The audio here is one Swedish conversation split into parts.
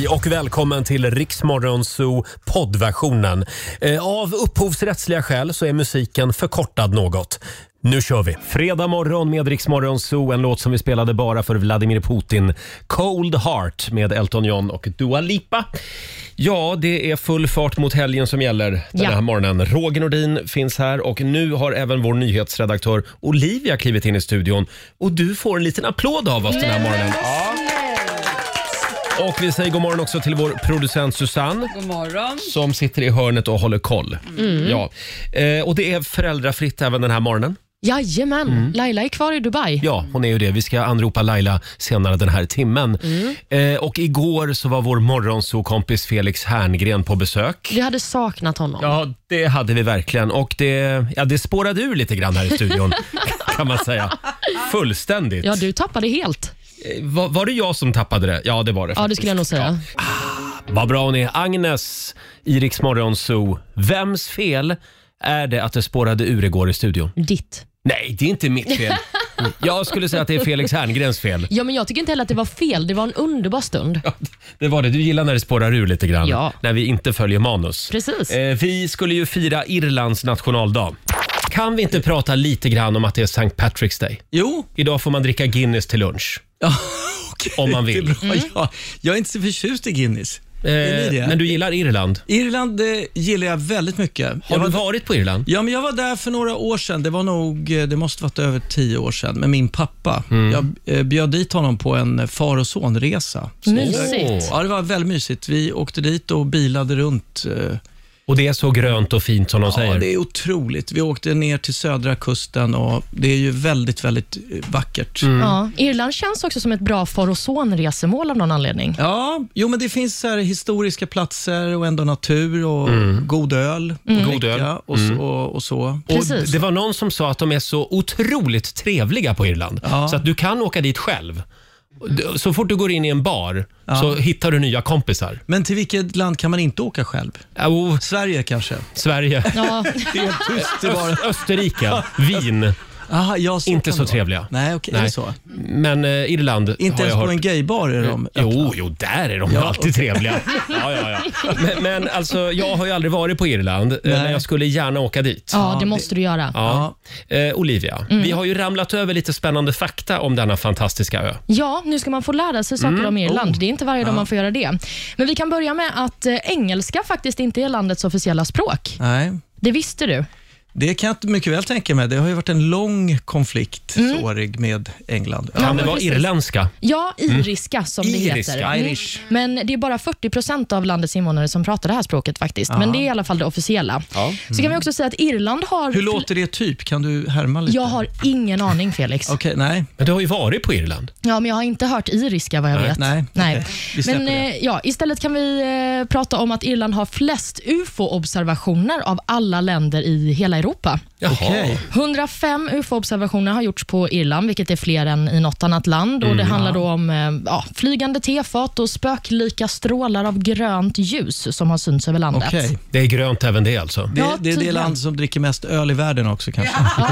Hej och välkommen till Rix Morgon Zoo poddversionen. Av upphovsrättsliga skäl så är musiken förkortad något. Nu kör vi. Fredag morgon med Rix Morgon Zoo, en låt som vi spelade bara för Vladimir Putin. Cold Heart med Elton John och Dua Lipa. Ja, det är full fart mot helgen som gäller den här morgonen. Roger Nordin finns här och nu har även vår nyhetsredaktör Olivia klivit in i studion. Och du får en liten applåd av oss den här morgonen. Ja. Och vi säger god morgon också till vår producent Susanne. God morgon. Som sitter i hörnet och håller koll. Ja. Och det är föräldrafritt även den här morgonen. Jajamän, Laila är kvar i Dubai. Ja, hon är ju det. Vi ska anropa Laila senare den här timmen. Och igår så var vår morgonsokompis Felix Herngren på besök. Vi hade saknat honom. Ja, det hade vi verkligen. Och det spårade ur lite grann här i studion, kan man säga. Fullständigt. Ja, du tappade helt. Var det jag som tappade det? Ja, det var det faktiskt. Ja, det skulle jag nog säga. Ja. Vad bra hon är. Agnes i Rix Morgon Zoo. Vems fel är det att det spårade ur igår i studion? Ditt. Nej, det är inte mitt fel. Jag skulle säga att det är Felix Herngrens fel. Ja, men jag tycker inte heller att det var fel. Det var en underbar stund. Ja, det var det. Du gillar när det spårar ur lite grann. Ja. När vi inte följer manus. Precis. Vi skulle ju fira Irlands nationaldag. Kan vi inte prata lite grann om att det är St. Patrick's Day? Jo. Idag får man dricka Guinness till lunch. Ja, okay. Om man vill. Ja, jag är inte så förtjust i Guinness. Men du gillar Irland? Irland gillar jag väldigt mycket. Har du varit på Irland? Ja, men jag var där för några år sedan. Det måste varit över 10 år sedan med min pappa. Jag bjöd dit honom på en far- och sonresa. Mysigt. Ja, det var väldigt mysigt. Vi åkte dit och bilade runt. Och det är så grönt och fint som de säger. Ja, det är otroligt. Vi åkte ner till södra kusten och det är ju väldigt, väldigt vackert. Ja, Irland känns också som ett bra far- och sonresemål av någon anledning. Ja, jo, men det finns så här historiska platser och ändå natur och god öl. God öl. Och så. Och det var någon som sa att de är så otroligt trevliga på Irland. Ja. Så att du kan åka dit själv. Så fort du går in i en bar så hittar du nya kompisar. Men till vilket land kan man inte åka själv? Sverige kanske? Sverige. Ja. Det är tyst. Österrike. Wien. Aha, inte så trevliga. Nej, okej. Är det så? Men Irland inte ens på en gaybar är de öppna. Jo, där är de alltid trevliga. Ja. Men alltså, jag har ju aldrig varit på Irland, men jag skulle gärna åka dit. Ja, det måste du göra. Ja. Olivia, vi har ju ramlat över lite spännande fakta om denna fantastiska ö. Ja, nu ska man få lära sig saker om Irland. Det är inte varje dag man får göra det. Men vi kan börja med att engelska faktiskt inte är landets officiella språk. Nej. Det visste du? Det kan jag mycket väl tänka mig. Det har ju varit en lång konflikt sårig med England. Kan det vara irländska? Ja, iriska som det heter. Irish. Men det är bara 40% av landets invånare som pratar det här språket faktiskt. Men det är i alla fall det officiella. Så kan vi också säga att Irland har... Hur låter det typ? Kan du härma lite? Jag har ingen aning, Felix. Okej, nej. Men du har ju varit på Irland. Ja, men jag har inte hört iriska vad jag vet. Nej. Okay. Men istället kan vi prata om att Irland har flest UFO-observationer av alla länder i hela Europa. Okay. 105 UFO-observationer har gjorts på Irland, vilket är fler än i något annat land. Och det handlar då om flygande tefat och spöklika strålar av grönt ljus som har synts över landet. Okay. Det är grönt även det alltså? Det är det land som dricker mest öl i världen också kanske.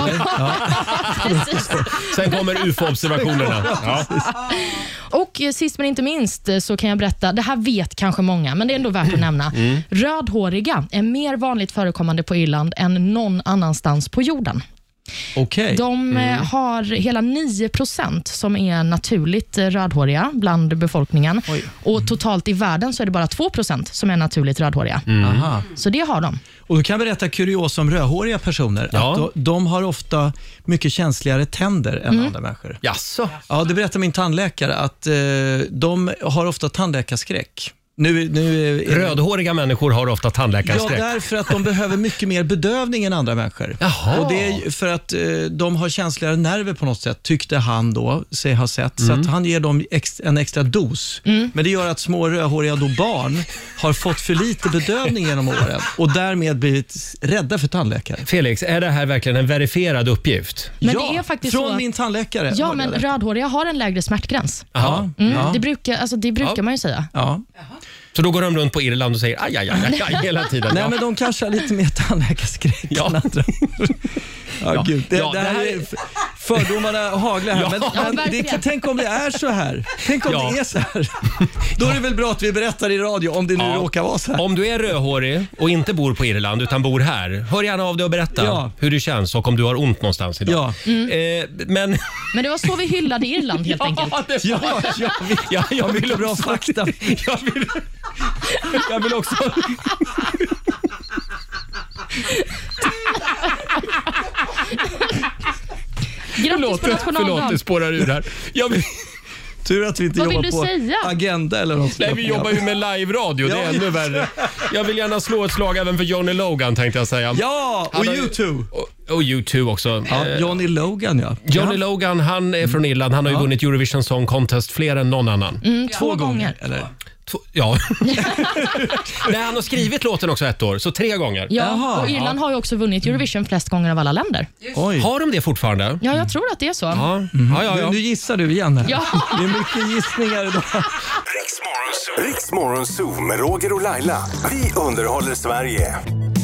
Sen kommer UFO-observationerna. Och sist men inte minst så kan jag berätta, det här vet kanske många, men det är ändå värt att nämna. Rödhåriga är mer vanligt förekommande på Irland än någon annanstans på jorden. Okay. De har hela 9% som är naturligt rödhåriga bland befolkningen. Och totalt i världen så är det bara 2% som är naturligt rödhåriga. Så det har de. Och du kan berätta kurios om rödhåriga personer. Att de har ofta mycket känsligare tänder än andra människor. Jaså? Ja, det berättar min tandläkare att de har ofta tandläkarskräck. Rödhåriga människor har ofta tandläkarskräck. Ja, därför att de behöver mycket mer bedövning än andra människor. Jaha. Och det är för att de har känsligare nerver på något sätt, tyckte han då, sig ha sett. Så att han ger dem en extra dos. Men det gör att små rödhåriga barn har fått för lite bedövning genom åren och därmed blivit rädda för tandläkare. Felix, är det här verkligen en verifierad uppgift? Men det är faktiskt från min tandläkare. Ja, men rödhåriga har en lägre smärtgräns. Det brukar man ju säga. Ja. Så då går de runt på Irland och säger aj hela tiden. Nej, men de kanske har lite mer tandläkarskräck än andra. Gud. Det här är Fördomarna haglar här. Men tänk om det är så här. Tänk om det är så här. Då är det väl bra att vi berättar i radio om det nu råkar vara så här. Om du är rödhårig och inte bor på Irland utan bor här, hör gärna av dig och berätta hur det känns och om du har ont någonstans idag. Men det var så vi hyllade Irland helt enkelt. Jag vill bra fakta. Jag vill också... Grattis på nationaldagen. Förlåt, det spårar ur här. Tur att vi inte jobbar på Agenda eller något. Nej, vi jobbar ju med live-radio. Det är ännu värre. Jag vill gärna slå ett slag även för Johnny Logan, tänkte jag säga. Ja, och U2. Och U2 också. Ja, Johnny Logan, Johnny Logan, han är från Irland. Han har ju vunnit Eurovision Song Contest fler än någon annan. 2 gånger. Eller? Ja. Nej, han har skrivit låten också 1 år, så 3 gånger. Ja, och Irland har ju också vunnit Eurovision flest gånger av alla länder. Oj. Har de det fortfarande? Ja, jag tror att det är så. Ja. Nu gissar du igen här. Ja. Det är mycket gissningar idag. Riks Morgonzoo med Roger och Laila. Vi underhåller Sverige.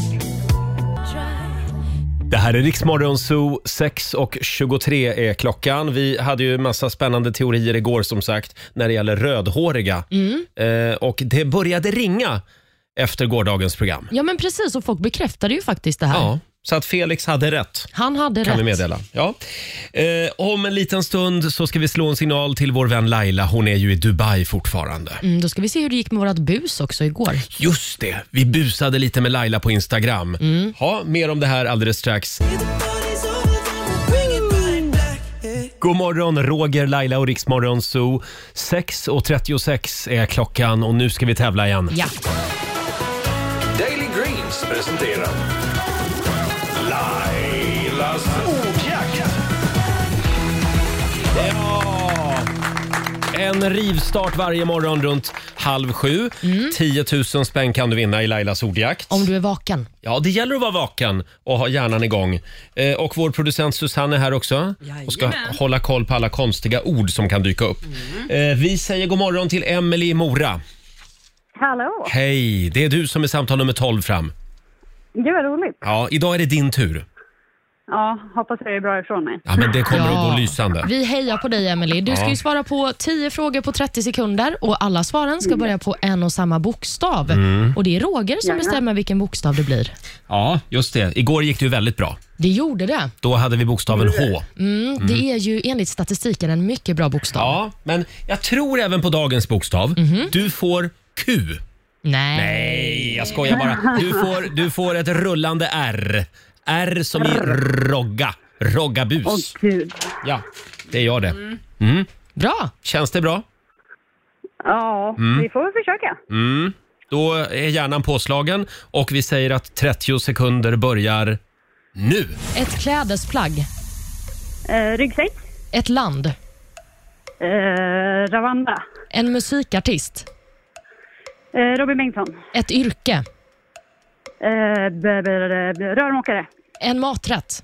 Det här är Riks Morgonzoo, 6:23 är klockan. Vi hade ju massa spännande teorier igår som sagt när det gäller rödhåriga. Och det började ringa efter gårdagens program. Ja, men precis, och folk bekräftade ju faktiskt det här. Ja, så att Felix hade rätt. Han hade kan rätt. Vi meddela. Ja. Om en liten stund så ska vi slå en signal till vår vän Laila. Hon är ju i Dubai fortfarande. Då ska vi se hur det gick med vårat bus också igår. Just det, vi busade lite med Laila på Instagram. Ja, mer om det här alldeles strax. God morgon, Roger, Laila och Riks Morgonzoo. 6:36 är klockan och nu ska vi tävla igen. Ja. Daily Greens presenterar Lailas ordjakt. Ja! En rivstart varje morgon runt 6:30. 10 000 spänn kan du vinna i Lailas ordjakt. Om du är vaken. Ja, det gäller att vara vaken och ha hjärnan igång. Och vår producent Susanne är här också och ska hålla koll på alla konstiga ord som kan dyka upp. Vi säger god morgon till Emily i Mora. Hallå. Hej, det är du som är samtal nummer 12 fram. Gud vad roligt. Ja, idag är det din tur. Ja, hoppas det är bra ifrån mig. Ja, men det kommer att gå lysande. Vi hejar på dig, Emily. Du ska ju svara på 10 frågor på 30 sekunder och alla svaren ska börja på en och samma bokstav. Och det är Roger som bestämmer vilken bokstav det blir. Ja, just det. Igår gick det ju väldigt bra. Det gjorde det. Då hade vi bokstaven H. Det är ju enligt statistiken en mycket bra bokstav. Ja, men jag tror även på dagens bokstav. Du får Q. Nej, jag skojar bara. Du får ett rullande R. R som i rogga. Roggabus. Åh gud. Ja, det gör det. Bra. Känns det bra? Ja, vi får väl försöka. Då är hjärnan påslagen och vi säger att 30 sekunder börjar nu. Ett klädesplagg. Ryggsäck. Ett land. Ravanda. En musikartist. Robin Bengtsson. Ett yrke. Rörmokare. En maträtt.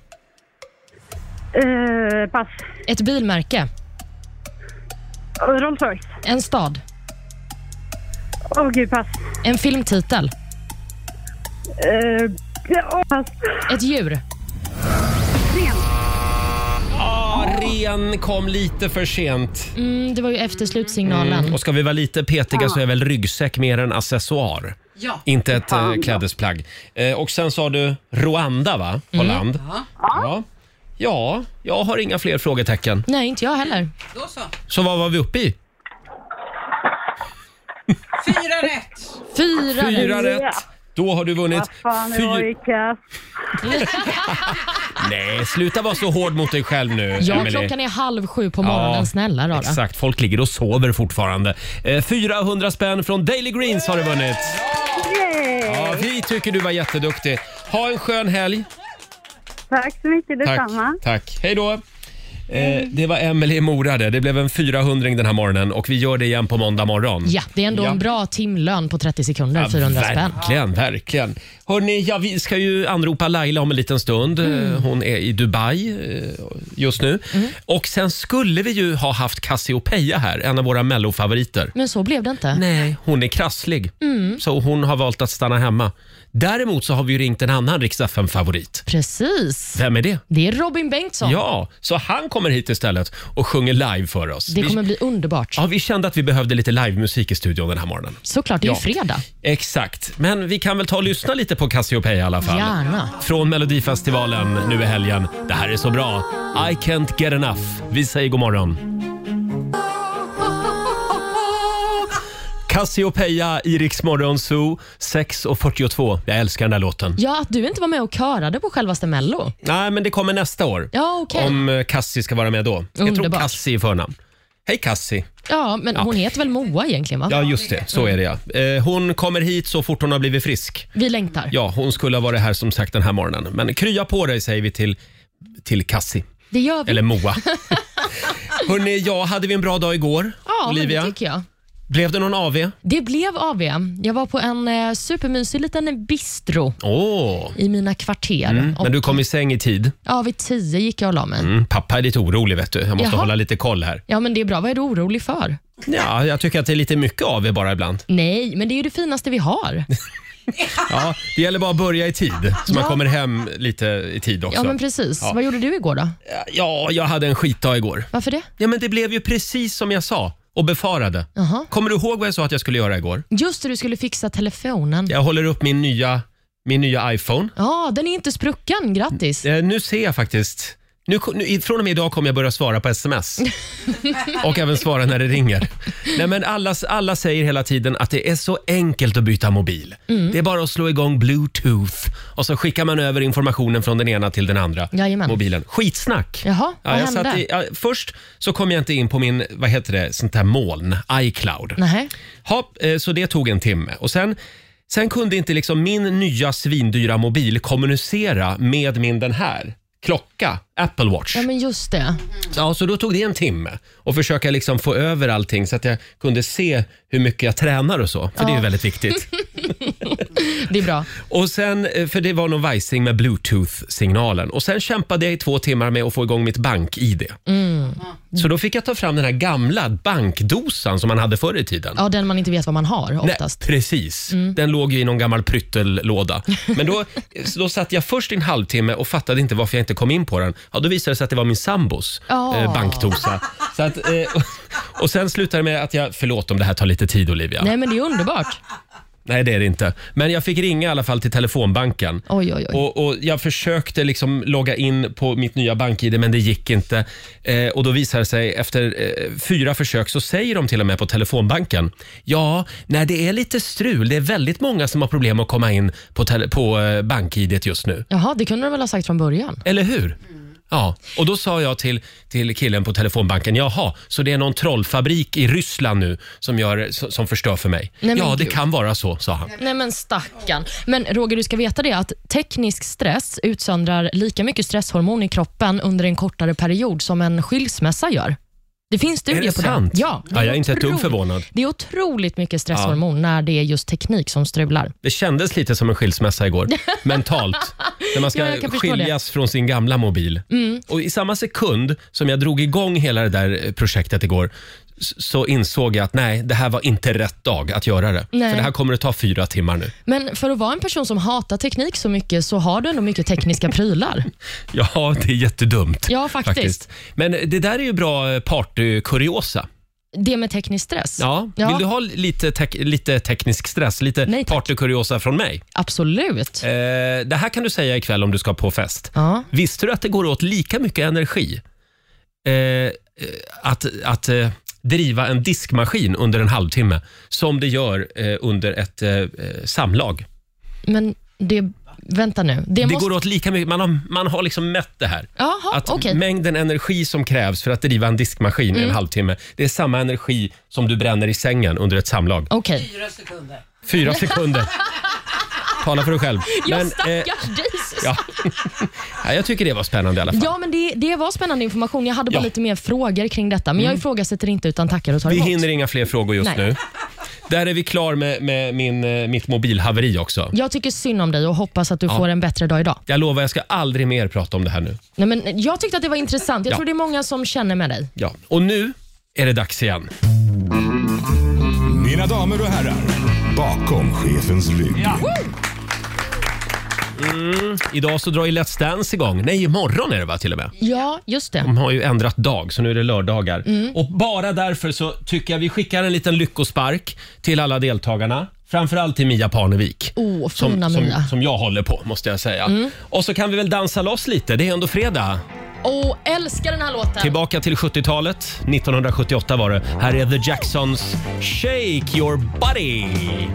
Pass. Ett bilmärke. Rolls Royce. En stad. Åh gud, pass. En filmtitel. Pass. Ett djur. Ren kom lite för sent. Det var ju efter slutsignalen. Och ska vi vara lite petiga så är väl ryggsäck mer en accessoar. Ja. Inte ett klädesplagg. Och sen sa du Rwanda, va? På land. Ja, jag har inga fler frågetecken. Nej, inte jag heller. Då så. Så vad var vi uppe i? 4 rätt. 4 rätt. Då har du vunnit. Vad fan, det var ju kass. Nej, sluta vara så hård mot dig själv nu, Ja, Emily. klockan är 6:30 på morgonen. Snälla rara. Exakt, folk ligger och sover fortfarande. 400 spänn från Daily Greens har du vunnit. Ja, vi tycker du var jätteduktig. Ha en skön helg. Tack så mycket, detsamma. Tack. Hej då. Det var Emily i Mora det. Det blev en 400 den här morgonen och vi gör det igen på måndag morgon. Ja, det är ändå en bra timlön på 30 sekunder, 400 spänn. Verkligen. Hörrni, vi ska ju anropa Laila om en liten stund. Hon är i Dubai just nu. Och sen skulle vi ju ha haft Cassiopeia här, en av våra mellofavoriter. Men så blev det inte. Nej, hon är krasslig. Så hon har valt att stanna hemma. Däremot så har vi ju ringt en annan Rix FM-favorit. Precis. Vem är det? Det är Robin Bengtsson. Ja, så han kommer hit istället och sjunger live för oss. Det kommer bli underbart. Ja, vi kände att vi behövde lite livemusik i studion den här morgonen. Såklart, det är ju fredag. Exakt, men vi kan väl ta och lyssna lite på Cassiopeia i alla fall. Gärna. Från Melodifestivalen nu i helgen. Det här är så bra. I can't get enough. Vi säger god morgon. Cassiopeia i Rix Morgon Zoo 6:42. Jag älskar den där låten. Ja, att du inte var med och körade på självaste Mello. Nej, men det kommer nästa år. Ja, okej. Om Cassie ska vara med då. Jag tror Underbart. Cassie i förnamn. Hej Cassie. Ja, men hon heter väl Moa egentligen, va? Ja, just det. Så är det, ja. Hon kommer hit så fort hon har blivit frisk. Vi längtar. Ja, hon skulle ha varit här som sagt den här morgonen. Men krya på dig, säger vi till Cassie. Det gör vi. Eller Moa. Hörrni, hade vi en bra dag igår, Ja, Olivia? men det tycker jag. Blev det någon AV? Det blev AV. Jag var på en supermysig liten bistro i mina kvarter. Men du kom i säng i tid? Ja, vid 10 gick jag och la mig. Pappa är lite orolig, vet du. Jag måste hålla lite koll här. Ja, men det är bra. Vad är du orolig för? Ja, jag tycker att det är lite mycket AV bara ibland. Nej, men det är ju det finaste vi har. Ja, det gäller bara att börja i tid. Så man kommer hem lite i tid också. Ja, men precis. Vad gjorde du igår då? Ja, jag hade en skitdag igår. Varför det? Ja, men det blev ju precis som jag sa och befarade. Kommer du ihåg vad jag sa att jag skulle göra igår? Just det, du skulle fixa telefonen. Jag håller upp min nya iPhone. Ja, den är inte sprucken. Grattis. Nu ser jag faktiskt... Från och med idag kommer jag börja svara på sms. Och även svara när det ringer. Nej, men alla säger hela tiden att det är så enkelt att byta mobil. Det är bara att slå igång Bluetooth. Och så skickar man över informationen från den ena till den andra mobilen. Skitsnack. Jaha, vad hände? Först så kom jag inte in på min, sånt här moln, iCloud. Nej. Så det tog en timme. Och sen kunde inte liksom min nya svindyra mobil kommunicera med den här klocka, Apple Watch. Ja, men just det. Ja, så då tog det en timme och försöka liksom få över allting så att jag kunde se hur mycket jag tränar och så. För det är ju väldigt viktigt. Det är bra. Och sen, för det var någon vajsing med Bluetooth-signalen. Och sen kämpade jag i 2 timmar med att få igång mitt bank-ID. Så då fick jag ta fram den här gamla bankdosan som man hade förr i tiden. Ja, den man inte vet vad man har oftast. Nej, precis. Den låg ju i någon gammal pryttellåda. Men då satt jag först i en halvtimme och fattade inte varför jag inte kom in på den. Ja, då visade det sig att det var min sambos bankdosa. Så att, och sen slutade det med att förlåt om det här tar lite tid, Olivia. Nej, men det är underbart. Nej, det är det inte. Men jag fick ringa i alla fall till telefonbanken. Oj. Och jag försökte liksom logga in på mitt nya bank-ID, men det gick inte. Och då visade det sig efter 4 försök så säger de till och med på telefonbanken: ja, när det är lite strul, det är väldigt många som har problem att komma in på bank-ID just nu. Jaha, det kunde de väl ha sagt från början. Eller hur? Ja, och då sa jag till killen på telefonbanken: jaha, så det är någon trollfabrik i Ryssland nu som förstör för mig. Nej, ja, det Gud. kan vara så, sa han. Nej, men stackarn. Men Roger, du ska veta det att teknisk stress utsöndrar lika mycket stresshormon i kroppen under en kortare period som en skilsmässa gör. Det finns studier på sant? det. Ja, jag är inte ett dugg förvånad. Det är otroligt mycket stresshormon när det är just teknik som strular. Det kändes lite som en skilsmässa igår, mentalt. När man ska skiljas från sin gamla mobil. Och i samma sekund som jag drog igång hela det där projektet igår, så insåg jag att nej, det här var inte rätt dag att göra det. Nej. För det här kommer att ta 4 timmar nu. Men för att vara en person som hatar teknik så mycket så har du ändå mycket tekniska prylar. Ja, det är jättedumt. Ja, faktiskt. Men det där är ju bra partykuriosa. Det med teknisk stress? Ja. Vill du ha lite teknisk stress? Lite partykuriosa från mig? Absolut. Det här kan du säga ikväll om du ska på fest. Ja. Visste du att det går åt lika mycket energi att driva en diskmaskin under en halvtimme som det gör under ett samlag? Men vänta nu. Det går åt lika mycket. Man har liksom mätt det här. Jaha, okej. Mängden energi som krävs för att driva en diskmaskin i en halvtimme, det är samma energi som du bränner i sängen under ett samlag. Okej. 4 sekunder. 4 sekunder. Tala för dig själv. Jag stackars dig. Ja. Ja, jag tycker det var spännande i alla fall. Ja, men det var spännande information. Jag hade bara lite mer frågor kring detta. Men jag ifrågasätter inte utan tackar och tar Vi emot. hinner inga fler frågor just nu. Där är vi klar med mitt mobilhaveri också. Jag tycker synd om dig och hoppas att du får en bättre dag idag. Jag lovar, jag ska aldrig mer prata om det här nu. Nej, men jag tyckte att det var intressant. Jag tror det är många som känner med dig. Ja, och nu är det dags igen. Mina damer och herrar, bakom chefens rygg. Idag så drar ju Let's Dance igång. Nej, imorgon är det va till och med. Ja, just det. De har ju ändrat dag, så nu är det lördagar. Och bara därför så tycker jag vi skickar en liten lyckospark till alla deltagarna. Framförallt till Mia Parnevik. Fina Mia. Som jag håller på, måste jag säga. Och så kan vi väl dansa loss lite. Det är ändå fredag. Älskar den här låten. Tillbaka till 70-talet. 1978 var det. Här är The Jacksons Shake Your Body.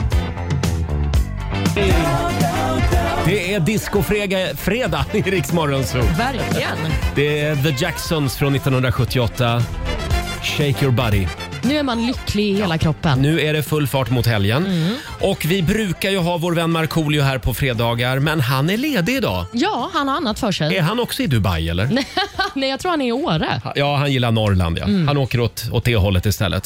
Det är discofredag i Rix Morgon Zoo. Verkligen. Det är The Jacksons från 1978. Shake Your Body. Nu är man lycklig i hela kroppen. Nu är det full fart mot helgen. Och vi brukar ju ha vår vän Markoolio här på fredagar, men han är ledig idag. Ja, han har annat för sig. Är han också i Dubai eller? Nej, jag tror han är i Åre. Ja, han gillar Norrland. Ja. Han åker åt det hållet istället.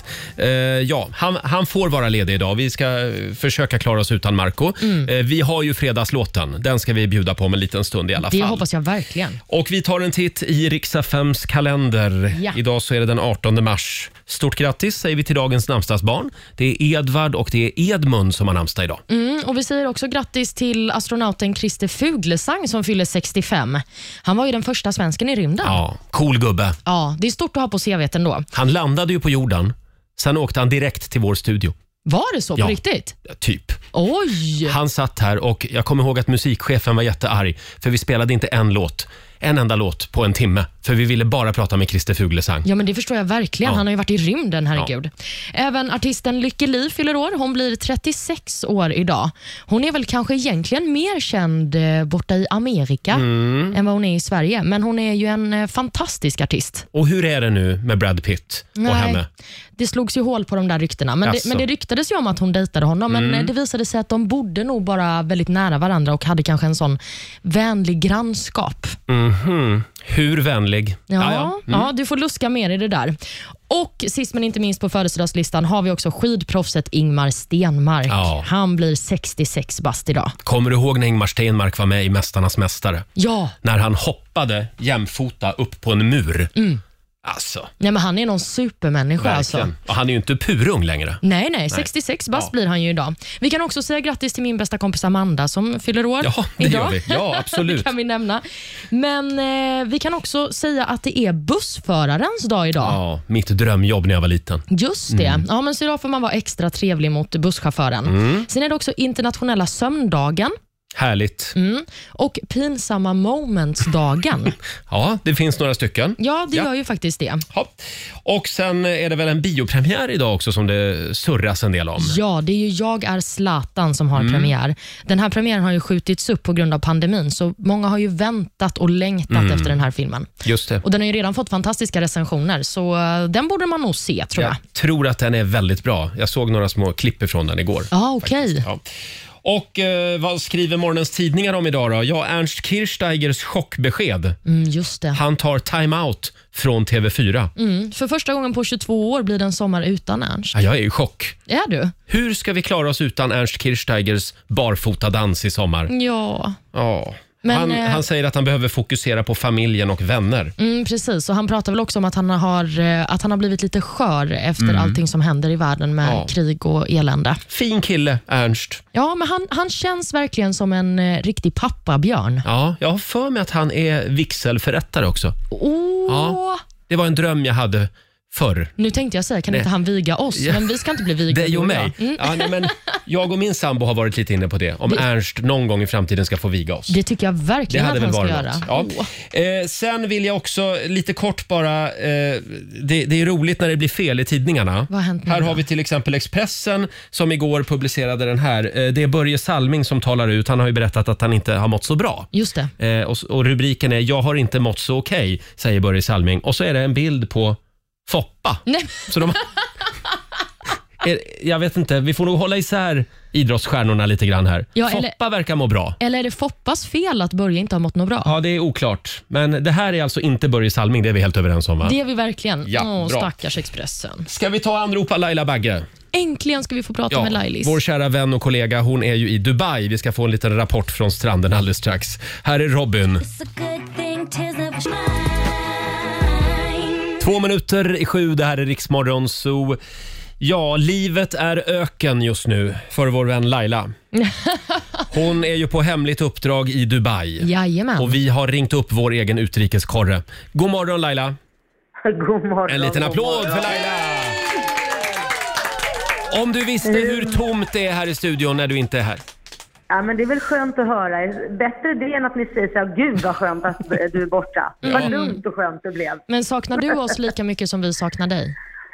Han får vara ledig idag. Vi ska försöka klara oss utan Marco. Vi har ju fredagslåten. Den ska vi bjuda på om en liten stund i alla fall. Det hoppas jag verkligen. Och vi tar en titt i Rix FMs kalender. Ja. Idag så är det den 18 mars. Stort grattis säger vi till dagens namnsdagsbarn. Det är Edvard och det är Edmund som har namnsdag idag. Och vi säger också grattis till astronauten Christer Fuglesang som fyller 65. Han var ju den första svensken i rymden. Ja, cool gubbe. Ja, det är stort att ha på CV:t ändå. Han landade ju på jorden. Sen åkte han direkt till vår studio. Var det så på riktigt? Typ. Oj! Han satt här och jag kommer ihåg att musikchefen var jättearg för vi spelade inte en enda låt på en timme. För vi ville bara prata med Christer Fuglesang. Ja, men det förstår jag verkligen. Han har ju varit i rymden, herregud. Ja. Även artisten Lykke Li fyller år. Hon blir 36 år idag. Hon är väl kanske egentligen mer känd borta i Amerika än vad hon är i Sverige. Men hon är ju en fantastisk artist. Och hur är det nu med Brad Pitt och henne? Det slogs ju hål på de där ryktena. Men det ryktades ju om att hon dejtade honom. Men det visade sig att de bodde nog bara väldigt nära varandra och hade kanske en sån vänlig grannskap. Hur vänlig? Ja, du får luska mer i det där. Och sist men inte minst på födelsedagslistan har vi också skidproffset Ingmar Stenmark. Ja. Han blir 66 bast idag. Kommer du ihåg när Ingmar Stenmark var med i Mästarnas mästare? Ja. När han hoppade jämfota upp på en mur. Alltså. Nej, men han är någon supermänniska alltså. Och han är ju inte purung längre. Nej, 66 bast blir han ju idag. Vi kan också säga grattis till min bästa kompis Amanda som fyller år idag. Det gör vi. Ja, absolut. Det kan vi nämna. Men vi kan också säga att det är bussförarens dag idag. Ja, mitt drömjobb när jag var liten. Just det. Ja, men så idag får man vara extra trevlig mot busschauffören. Sen är det också internationella sömndagen. Härligt. Och pinsamma moments-dagen. Ja, det finns några stycken. Ja, det gör ju faktiskt det. Ja. Och sen är det väl en biopremiär idag också som det surras en del om. Ja, det är ju Jag är Zlatan som har premiär. Den här premiären har ju skjutits upp på grund av pandemin, så många har ju väntat och längtat efter den här filmen. Just det. Och den har ju redan fått fantastiska recensioner, så den borde man nog se, tror jag. Jag tror att den är väldigt bra. Jag såg några små klipp ifrån den igår. Ja, okej. Ja. Och vad skriver morgonens tidningar om idag då? Ja, Ernst Kirchsteigers chockbesked. Just det. Han tar time-out från TV4. För första gången på 22 år blir det en sommar utan Ernst. Ja, jag är i chock. Är du? Hur ska vi klara oss utan Ernst Kirchsteigers barfotadans i sommar? Ja. Ja. Han säger att han behöver fokusera på familjen och vänner. Precis, och han pratar väl också om att han har blivit lite skör efter allting som händer i världen med krig och elände. Fin kille, Ernst. Ja, men han känns verkligen som en riktig pappabjörn. Ja, jag har för mig att han är vigselförrättare också. Ja, det var en dröm jag hade förr. Nu tänkte jag säga, kan inte han viga oss? Ja. Men vi ska inte bli vigda. Det är ju mig. Men jag och min sambo har varit lite inne på det. Om Ernst någon gång i framtiden ska få viga oss. Det tycker jag verkligen att han ska göra. Ja. Sen vill jag också lite kort bara... det är roligt när det blir fel i tidningarna. Vad har hänt nu här då? har vi till exempel Expressen som igår publicerade den här. Det är Börje Salming som talar ut. Han har ju berättat att han inte har mått så bra. Just det. Och rubriken är "Jag har inte mått så okej", säger Börje Salming. Och så är det en bild på Foppa. Nej. Så Jag vet inte, vi får nog hålla isär idrottsstjärnorna lite grann här. Ja, Foppa verkar må bra. Eller är det Foppas fel att Börje inte har mått något bra? Ja, det är oklart. Men det här är alltså inte Börje Salming, det är vi helt överens om, va? Det är vi verkligen. Ja, bra. Stackars Expressen. Ska vi ta anropa Laila Bagge? Äntligen ska vi få prata med Lailis. Vår kära vän och kollega, hon är ju i Dubai. Vi ska få en liten rapport från stranden alldeles strax. Här är Robin. 6:02, det här är Riksmorgon Zoo. Ja, livet är öken just nu för vår vän Laila. Hon är ju på hemligt uppdrag i Dubai. Jajamän. Och vi har ringt upp vår egen utrikeskorre. God morgon Laila. God morgon. En liten applåd för Laila. Om du visste hur tomt det är här i studion när du inte är här. Ja, men det är väl skönt att höra. Bättre det än att ni säger så här, gud vad skönt att du är borta. Vad lugnt och skönt det blev. Men saknar du oss lika mycket som vi saknar dig?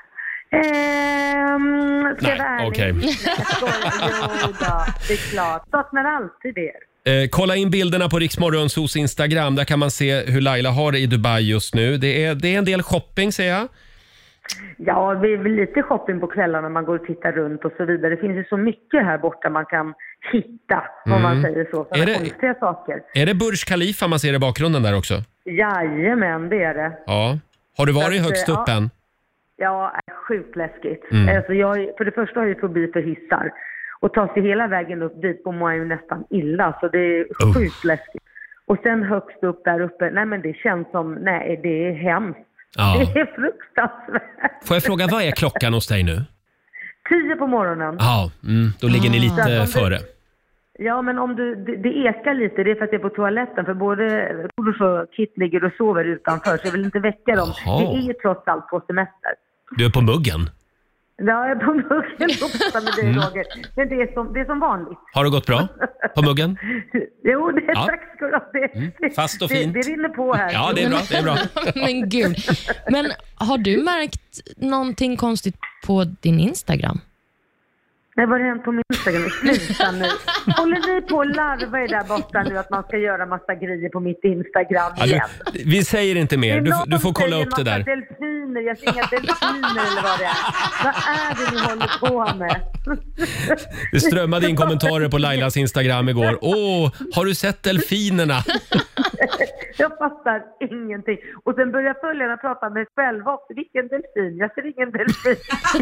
Ska jag vara ärlig? okej. Jo då, det är klart. Saknar alltid er. Kolla in bilderna på Riksmorgonsos Instagram. Där kan man se hur Laila har det i Dubai just nu. Det är en del shopping, ser jag. Ja, det är väl lite shopping på kvällarna när man går och tittar runt och så vidare. Det finns ju så mycket här borta man kan hitta, om man säger så. Sådana konstiga saker. Är det Burj Khalifa man ser i bakgrunden där också? Jajamän, det är det. Ja. Har du varit högst upp än? Ja, sjukt läskigt. Alltså för det första har jag fobi för hissar. Och ta sig hela vägen upp dit på mig är ju nästan illa. Så det är sjukt läskigt. Och sen högst upp där uppe, nej men det känns som, nej det är hemskt. Ja. Det är fruktansvärt. Får jag fråga, vad är klockan hos dig nu? 10 på morgonen. Ja, då ligger ni lite före. Ja, men om det ekar lite, det är för att jag är på toaletten. För både Kurs och Kit ligger och sover utanför, så jag vill inte väcka dem. Det är ju trots allt på semester. Du är på muggen? Ja, jag är på muggen också med dig, Roger. Men det är som vanligt. Har det gått bra på muggen? Jo, det är tack ska du ha. Fast och fint. Det rinner på här. Ja, det är bra. Men gud. Men har du märkt någonting konstigt på din Instagram? Nej, vad har hänt på min Instagram? Sluta nu. Håller ni på att larva er där borta nu att man ska göra massa grejer på mitt Instagram igen? Vi säger inte mer. Du får kolla upp det där. Delfiner. Jag ser inga delfiner eller vad det är. Vad är det ni håller på med? Det strömmade in kommentarer på Lailas Instagram igår. Har du sett delfinerna? Jag fattar ingenting. Och sen börjar följarna prata med själva också. Vilken delfin? Jag ser ingen delfin.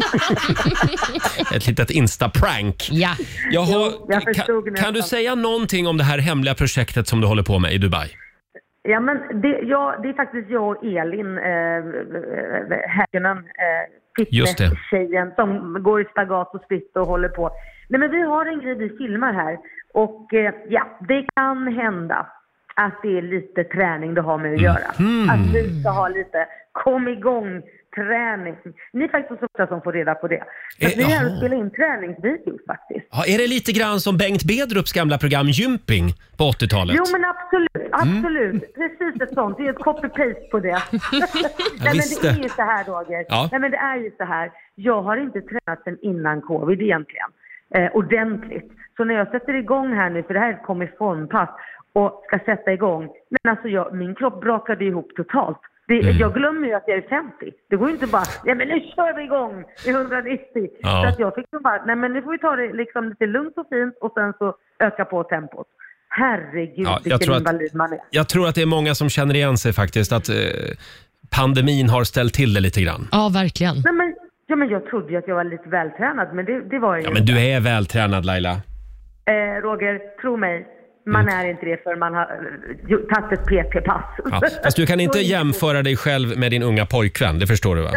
Ett litet Insta-prank. Ja. Kan du säga någonting om det här hemliga projektet som du håller på med i Dubai? Ja, men det är faktiskt jag och Elin Häggenen, fitness-tjejen som går i spagat och spritt och håller på. Nej, men vi har en grej vi filmar här. Och det kan hända att det är lite träning det har med att göra. Att vi ska ha lite kom igång träning. Ni är faktiskt så ofta som får reda på det. Så vi har spelat in träningsvideos faktiskt. Ja, är det lite grann som Bengt Bedrups gamla program Gymping på 80-talet? Jo, men absolut. Precis ett sånt. Det är ett copy-paste på det. Nej, men det är ju så här, Roger. Ja. Nej, men det är ju så här. Jag har inte tränat sen innan covid egentligen. Ordentligt. Så när jag sätter igång här nu, för det här kommer i formpass och ska sätta igång. Men alltså min kropp brakade ihop totalt. Jag glömmer ju att jag är 50. Det går ju inte bara, men nu kör vi igång i 190. Ja. Så att jag fick bara, nej men nu får vi ta det liksom lite lugnt och fint och sen så öka på tempot. Herregud, vilken invalid man är. Jag tror att det är många som känner igen sig faktiskt, att pandemin har ställt till det lite grann. Ja, verkligen. Nej, men jag trodde ju att jag var lite vältränad, men det var jag ju. Ja, men du är vältränad, Laila. Roger, tro mig. Man är inte det för man har tagit ett PT-pass. Ja, fast du kan inte jämföra dig själv med din unga pojkvän, det förstår du va?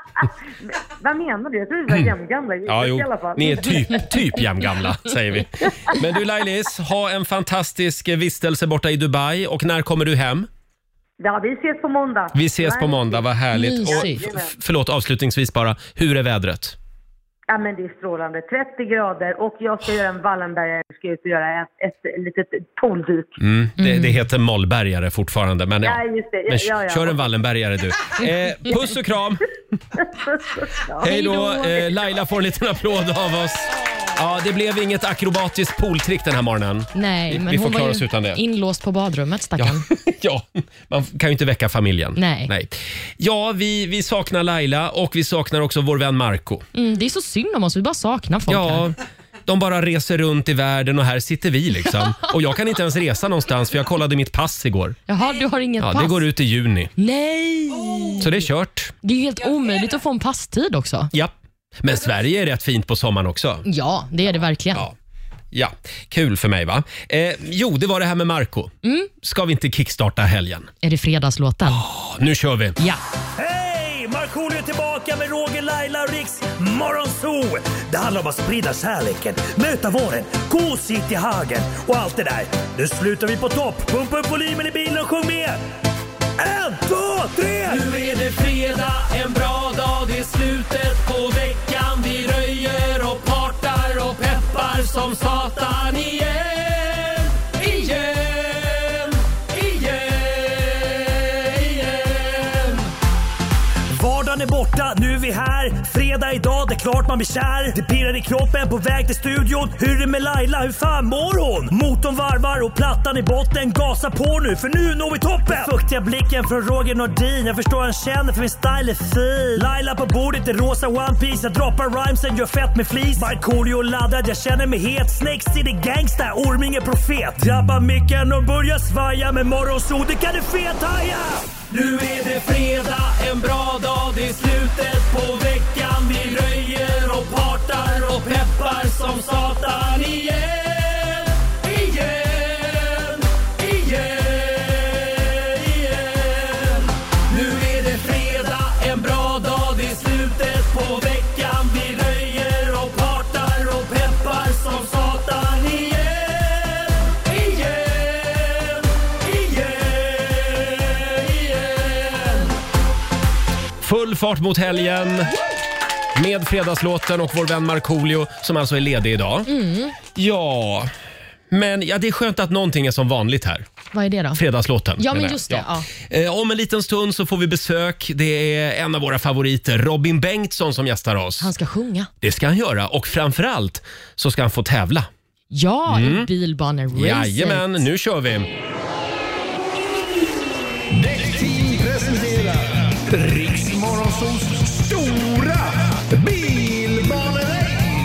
Vad menar du? Jag tror vi var jämngamla i alla fall. Ni är typ jämngamla, säger vi. Men du Lailis, ha en fantastisk vistelse borta i Dubai. Och när kommer du hem? Ja, vi ses på måndag. Vi ses på måndag, vad härligt. Och, förlåt, avslutningsvis bara, hur är vädret? Ja, men det är strålande. 30 grader och jag ska göra en Wallenbergare. Jag ska ut och göra ett litet pooldyk. Det heter Mollbergare fortfarande. Men, just det. Men kör en Wallenbergare du. Puss och kram. Hej då. Laila får en liten applåd av oss. Ja, det blev inget akrobatiskt pooltrick den här morgonen. Nej, men vi får hon klara var oss ju utan det. inlåst på badrummet, stackarn. Ja, man kan ju inte väcka familjen. Nej. Ja, vi saknar Laila och vi saknar också vår vän Marco. Det är så synd om oss, vi bara saknar folk här. De bara reser runt i världen och här sitter vi liksom. Och jag kan inte ens resa någonstans för jag kollade mitt pass igår. Jaha, du har inget pass? Det går ut i juni. Nej! Så det är kört. Det är ju helt omöjligt att få en passtid också. Ja, men Sverige är rätt fint på sommaren också. Ja, det är det verkligen. Ja, kul för mig va? Jo, det var det här med Marco. Ska vi inte kickstarta helgen? Är det fredagslåten? Nu kör vi. Ja. Hej! Markoolio är tillbaka med Roger, Laila och Riks Morgonzoo. Det handlar om att sprida kärleken, möta våren, gosigt i hagen och allt det där. Nu slutar vi på topp. Pumpa upp volymen i bilen och sjung med. 1, 2, 3! Nu är det fredag, en bra dag, det är slutet på veckan. Vi röjer och partar och peppar som satan igen. Vardagen är borta, nu är vi här. Fredag idag, det är klart man blir kär. Det pirrar i kroppen på väg till studion. Hur är det med Laila, hur fan mår hon? Motorn varvar och plattan i botten. Gasa på nu, för nu når vi toppen. Fuktiga blicken från Roger Nordin. Jag förstår han känner för min style är fin. Laila på bordet i rosa One Piece. Jag droppar rhymesen, gör fett med flis. Markoolio laddad, jag känner mig het. Snakes City gangsta, Orminge profet. Drabbar micken och börjar svaja. Med Morgonzoo, det kan du fethaja. Nu är det fredag, en bra dag, det är slutet på veckan. Vi röjer och partar och peppar som satan igen. Nu är det fredag, en bra dag, det är slutet på veckan. Vi röjer och partar och peppar som satan igen. Full fart mot helgen med fredagslåten och vår vän Markoolio som alltså är ledig idag. Ja, men det är skönt att någonting är som vanligt här. Vad är det då? Fredagslåten. Ja, men just det. Ja. Om en liten stund så får vi besök. Det är en av våra favoriter, Robin Bengtsson, som gästar oss. Han ska sjunga. Det ska han göra och framförallt så ska han få tävla. Ja, i bilbaneracet. Jajamän, nu kör vi. Däckteam presenterar Riks Morgonzoos stora bilbanerace.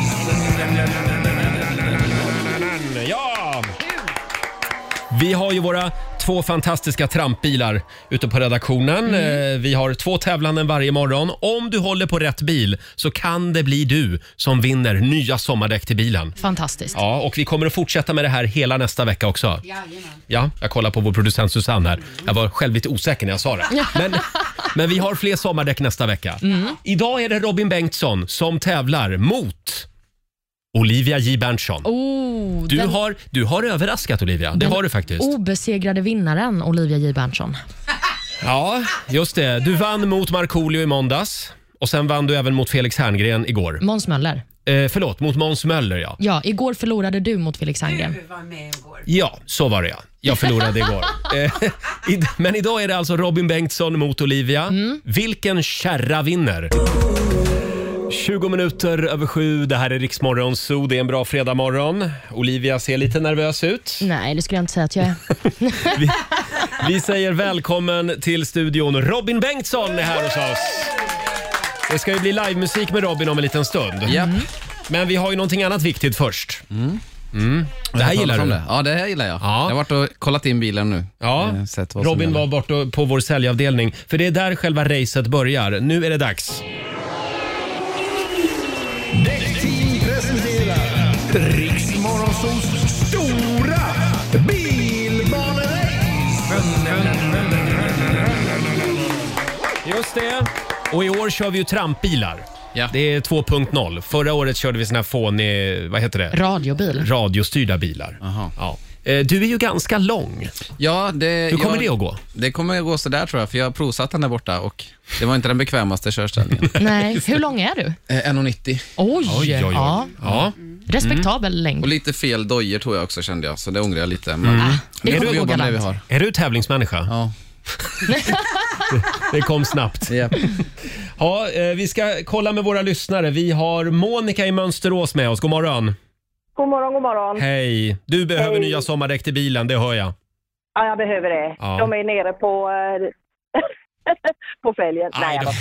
Ja! Vi har ju våra 2 fantastiska trampbilar ute på redaktionen. Vi har 2 tävlanden varje morgon. Om du håller på rätt bil så kan det bli du som vinner nya sommardäck till bilen. Fantastiskt. Ja, och vi kommer att fortsätta med det här hela nästa vecka också. Jajamän. Ja, jag kollar på vår producent Susanne här. Jag var själv lite osäker när jag sa det. Men vi har fler sommardäck nästa vecka. Idag är det Robin Bengtsson som tävlar mot Olivia J. Berntsson. Du har överraskat Olivia, det har du faktiskt. Obesegrade vinnaren Olivia J. Berntsson. Ja, just det. Du vann mot Markoolio i måndags och sen vann du även mot Felix Herngren igår. Måns Möller. Förlåt, mot Måns Möller, ja. Ja, igår förlorade du mot Felix Herngren. Du var med igår. Ja, så var det ja. Jag förlorade igår. Men idag är det alltså Robin Bengtsson mot Olivia. Vilken kärra vinner? 20 minuter över 7, det här är Riks Morgonzoo. Det är en bra fredagmorgon. Olivia ser lite nervös ut. Nej, det skulle jag inte säga att jag är. Vi säger välkommen till studion. Robin Bengtsson är här hos oss. Det ska ju bli livemusik med Robin om en liten stund. Men vi har ju någonting annat viktigt först. Det här gillar du? Ja, det här gillar jag. Ja. Jag har varit och kollat in bilen nu. Ja, Robin var borta på vår säljavdelning. För det är där själva racet börjar. Nu är det dags. Däckteam presenterar Riks Morgonzoos stora bilbanerace. Just det. Och i år kör vi ju trampbilar. Ja. Det är 2.0. Förra året körde vi såna här fånig, vad heter det? Radiobil. Radiostyrda bilar. Aha. Ja. Du är ju ganska lång. Ja, Hur kommer det att gå? Det kommer att gå så där tror jag, för jag har provsatt den där borta och det var inte den bekvämaste körställningen. Nej, hur lång är du? 1,90. Oj. Ja. Ja. Respektabel längd. Och lite fel dojer tror jag också, kände jag, så det ångrar jag lite. Men Det vi kommer får gå jobba med det vi galant. har. Är du tävlingsmänniska? Ja. Det kom snabbt. Yep. Ja, vi ska kolla med våra lyssnare. Vi har Monica i Mönsterås med oss. God morgon. God morgon, god morgon. Hej. Du behöver nya sommardäck till bilen, det hör jag. Ja, jag behöver det. Ja. De är nere på... på fälgen. Nej, jag var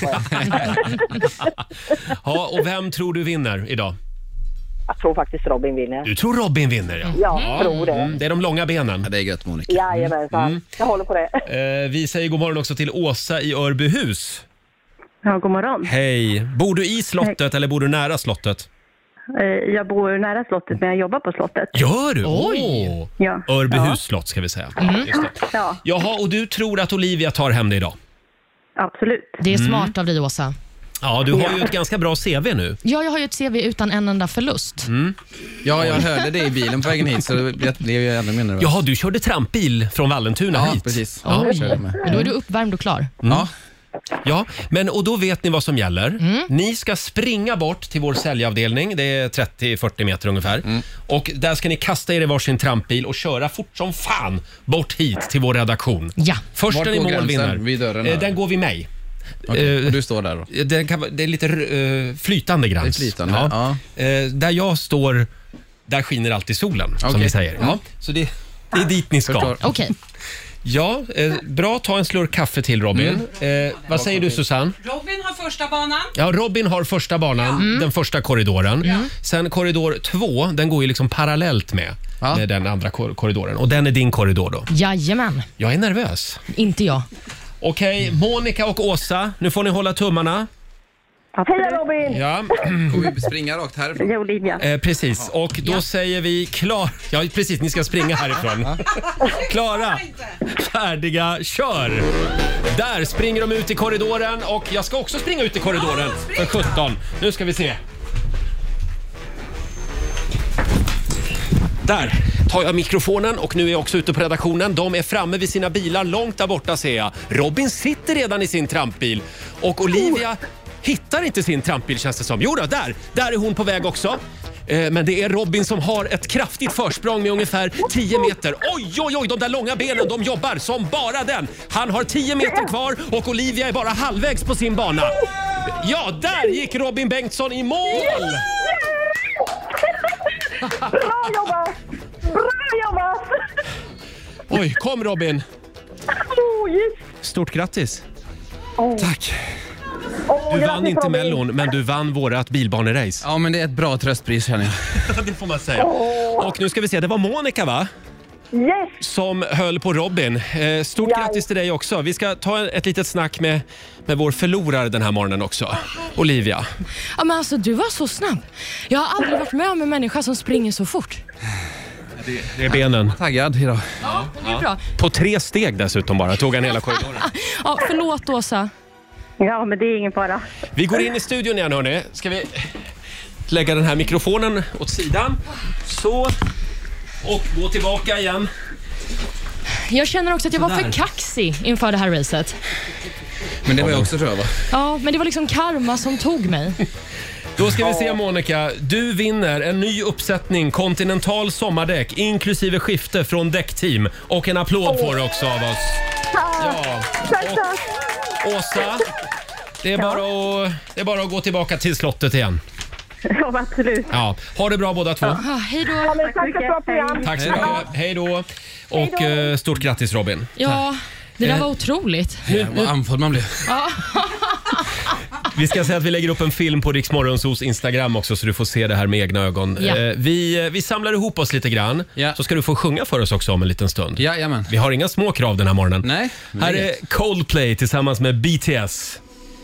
Ja, och vem tror du vinner idag? Jag tror faktiskt Robin vinner. Du tror Robin vinner, ja. Jag tror det. Det är de långa benen. Ja, det är gött, Monica. Jajamensan. Jag håller på det. Vi säger god morgon också till Åsa i Örbyhus. Ja, god morgon. Hej. Bor du i slottet eller bor du nära slottet? Jag bor nära slottet, men jag jobbar på slottet. Gör du? Oj! Ja. Örbyhus slott ska vi säga. Just det. Ja, Jaha, och du tror att Olivia tar hem det idag? absolut. Det är smart av dig, Åsa. Ja, du har ju ett ganska bra CV nu. Ja, jag har ju ett CV utan en enda förlust. Ja, jag hörde det i bilen på vägen hit, så det blev ju ännu mindre. Jaha, du körde trampbil från Vallentuna hit. Precis. Ja. Jag körde med. Men då är du uppvärmd och klar. Ja, men och då vet ni vad som gäller. Ni ska springa bort till vår säljavdelning. Det är 30-40 meter ungefär. Och där ska ni kasta er i varsin trampbil och köra fort som fan bort hit till vår redaktion. Ja. Först Vart när ni går mål gränsen? vinner. Vid dörren här? Den går vid mig. Okej, och du står där då? Det är lite flytande gräns. Det är flytande, ja. Där jag står, där skiner alltid solen, som Okej. vi säger. Ja. Så det är dit ni ska. Förstår. Okej. Ja, bra. Ta en slurk kaffe till Robin. Vad säger du, Susanne? Robin har första banan. Ja, Robin har första banan, den första korridoren. Sen korridor 2, den går ju liksom parallellt med den andra korridoren. Och den är din korridor då. Jajamän. Jag är nervös. Inte jag. Okej, Monica och Åsa, nu får ni hålla tummarna. Heja Robin! Ja, Får vi springa rakt härifrån? Det är Olivia. precis. Och då säger vi klar. Ja, precis, ni ska springa härifrån. Klara, färdiga, kör! Där springer de ut i korridoren och jag ska också springa ut i korridoren för 17. Nu ska vi se. Där tar jag mikrofonen och nu är jag också ute på redaktionen. De är framme vid sina bilar långt där borta, ser jag. Robin sitter redan i sin trampbil och Olivia hittar inte sin trampbil, känns det som. Jo då, där är hon på väg också. Men det är Robin som har ett kraftigt försprång med ungefär 10 meter. Oj, de där långa benen, de jobbar som bara den. Han har 10 meter kvar och Olivia är bara halvvägs på sin bana. Ja, där gick Robin Bengtsson i mål! Bra jobbat! Bra jobbat! Oj, kom Robin. Yes. Stort grattis. Tack. Du vann grattis, inte Robin. Mellon, men du vann vårat bilbanerace. Ja, men det är ett bra tröstpris, känner jag. Det får man säga. Och nu ska vi se, det var Monica, va? Yes! Som höll på Robin. Stort grattis till dig också. Vi ska ta ett litet snack med vår förlorare den här morgonen också. Olivia. Ja, men alltså, du var så snabb. Jag har aldrig varit med om en människa som springer så fort. Det är benen. Taggad idag. Ja, det är bra. På 3 steg dessutom bara, tog han hela korridoren. Ja, förlåt Åsa. Ja, men det är ingen fara. Vi går in i studion igen, hörni. Ska vi lägga den här mikrofonen åt sidan. Så. Och gå tillbaka igen. Jag känner också att jag var Sådär. för kaxig inför det här racet. Men det var jag också, tror jag, va? Ja, men det var liksom karma som tog mig. Då ska vi se, Monica. Du vinner en ny uppsättning Continental sommardäck inklusive skifte från Däckteam. Och en applåd får du också av oss. Ja. Och Åsa, det är bara att gå tillbaka till slottet igen. Ja, absolut. Ja. Ha det bra båda två. Hej då. Ja, men tack för ett bra program. Tack så mycket. Hej då. Och stort grattis, Robin. Ja, det där var otroligt. Vad andfådd man blev. Vi ska säga att vi lägger upp en film på Rix Morgonzos Instagram också, så du får se det här med egna ögon. Ja. Vi samlar ihop oss lite grann. Ja. Så ska du få sjunga för oss också om en liten stund. Jajamän. Vi har inga små krav den här morgonen. Nej. Här är Coldplay tillsammans med BTS.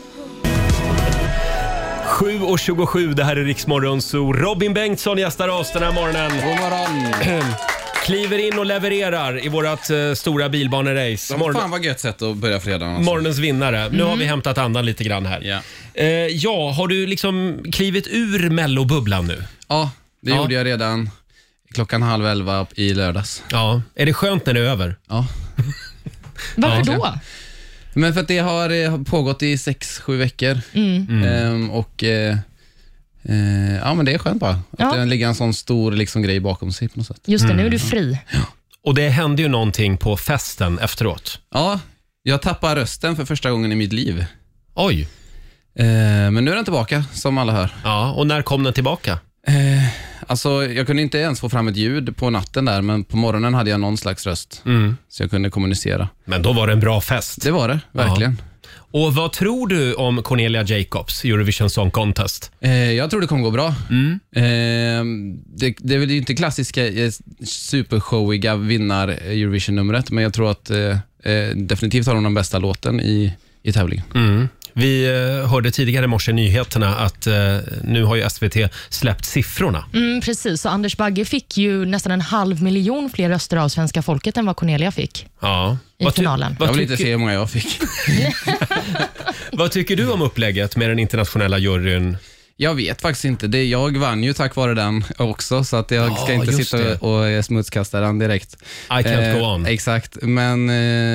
7:27, det här är Rix Morgonzo. Robin Bengtsson gästar oss den här morgonen. God morgon. Kliver in och levererar i vårat stora bilbanerace. Fan vad gött sätt att börja fredagen. Alltså. Morgonens vinnare. Nu har vi hämtat andan lite grann här. Ja. Har du liksom klivit ur mellobubblan nu? Ja, det gjorde jag redan 10:30 i lördags. Ja. Är det skönt när det är över? Ja. Varför då? Men för att det har pågått i 6-7 veckor. Ja, men det är skönt bara. Att det ligger en sån stor liksom, grej bakom sig på något sätt. Just det, nu är du fri. Och det hände ju någonting på festen efteråt. Ja, Jag tappar rösten för första gången i mitt liv. Oj. Men nu är den tillbaka, som alla hör. Ja, och när kom den tillbaka? Alltså, jag kunde inte ens få fram ett ljud på natten där, men på morgonen hade jag någon slags röst. Så jag kunde kommunicera. Men då var det en bra fest. Det var det, verkligen. Ja. Och vad tror du om Cornelia Jacobs, Eurovision Song Contest? Jag tror det kommer gå bra. Det är väl inte klassiska supershowiga vinnar Eurovision-numret, men jag tror att definitivt har de den bästa låten i tävlingen. Vi hörde tidigare i morse i nyheterna att nu har ju SVT släppt siffrorna. Precis, så Anders Bagge fick ju nästan 500 000 fler röster av svenska folket än vad Cornelia fick i finalen. Jag vill inte se hur många jag fick. Vad tycker du om upplägget med den internationella juryn? Jag vet faktiskt inte. Jag vann ju tack vare den också, så att jag ska inte sitta och smutskasta den direkt. I can't go on. Exakt, men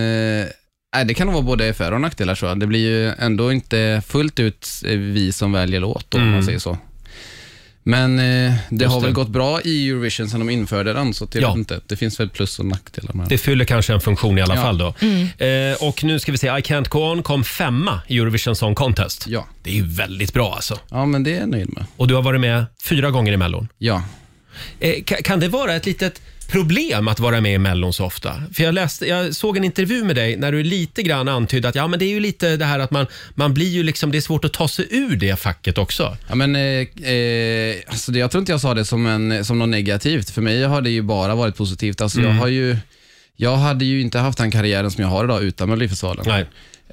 det kan nog vara både för- och nackdelar, så det blir ju ändå inte fullt ut vi som väljer låt, om man säger så. Men det har väl gått bra i Eurovision sedan de införde den, så till inte. Det finns väl plus och nackdelar med det. Fyller kanske en funktion i alla fall då. Och nu ska vi se, I Can't Go On kom 5:a i Eurovision Song Contest. Ja. Det är ju väldigt bra alltså. Ja, men det är jag nöjd med. Och du har varit med 4 gånger i Mellon. Ja. Kan det vara ett litet problem att vara med i Mellon så ofta? För jag såg en intervju med dig när du lite grann antydde att men det är ju lite det här att man blir ju liksom, det är svårt att ta sig ur det facket också. Ja, men alltså jag tror inte jag sa det som något negativt. För mig har det ju bara varit positivt. Alltså jag hade ju inte haft den karriären som jag har idag utan Melodifestivalen. Nej.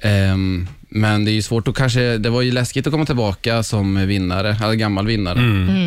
Men det är ju svårt att det var ju läskigt att komma tillbaka som vinnare, eller gammal vinnare.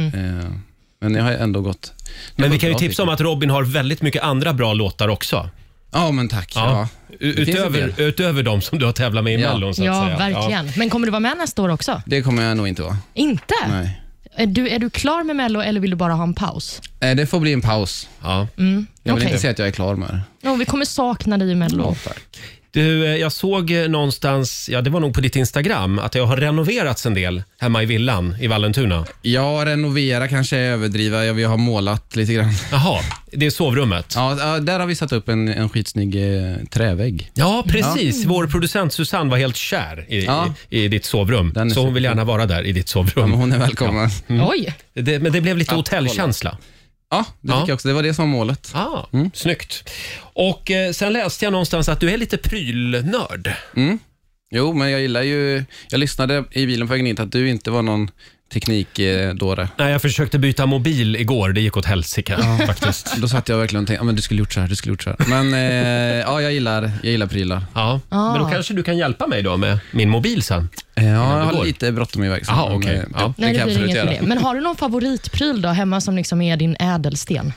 Men jag har ändå gått. Men vi kan ju tipsa om att Robin har väldigt mycket andra bra låtar också. Ja, men tack. Ja. Utöver de som du har tävlat med i Mellon, så att säga. Ja, verkligen. Ja. Men kommer du vara med nästa år också? Det kommer jag nog inte vara. Inte? Nej. Är du klar med Mello eller vill du bara ha en paus? Det får bli en paus. Ja. Jag vill inte säga att jag är klar med det. Ja, vi kommer sakna dig i Mello. Ja, tack. Du, jag såg någonstans, det var nog på ditt Instagram, att jag har renoverats en del hemma i villan i Vallentuna. Ja, renovera kanske är överdriva. Vi har målat lite grann. Jaha, det är sovrummet. Ja, där har vi satt upp en skitsnygg trävägg. Ja, precis. Vår producent Susanne var helt kär i ditt sovrum. Så hon vill gärna vara där i ditt sovrum. Ja, men hon är välkommen. Ja. Oj. Men det blev lite hotellkänsla. Ja, det tycker jag också. Det var det som var målet. Snyggt. Och sen läste jag någonstans att du är lite prylnörd. Jo, men jag lyssnade i bilen på vägen hit att du inte var någon teknikdåre. Nej, jag försökte byta mobil igår. Det gick åt helsike faktiskt. Då satt jag verkligen och tänkte, men du skulle gjort så här. Men jag gillar prylar. Ja. Men då kanske du kan hjälpa mig då med min mobil sen. Ja, jag har lite bråttom iväg. Okej. Nej, det blir inget problem. Men har du någon favoritpryl då hemma som liksom är din ädelsten?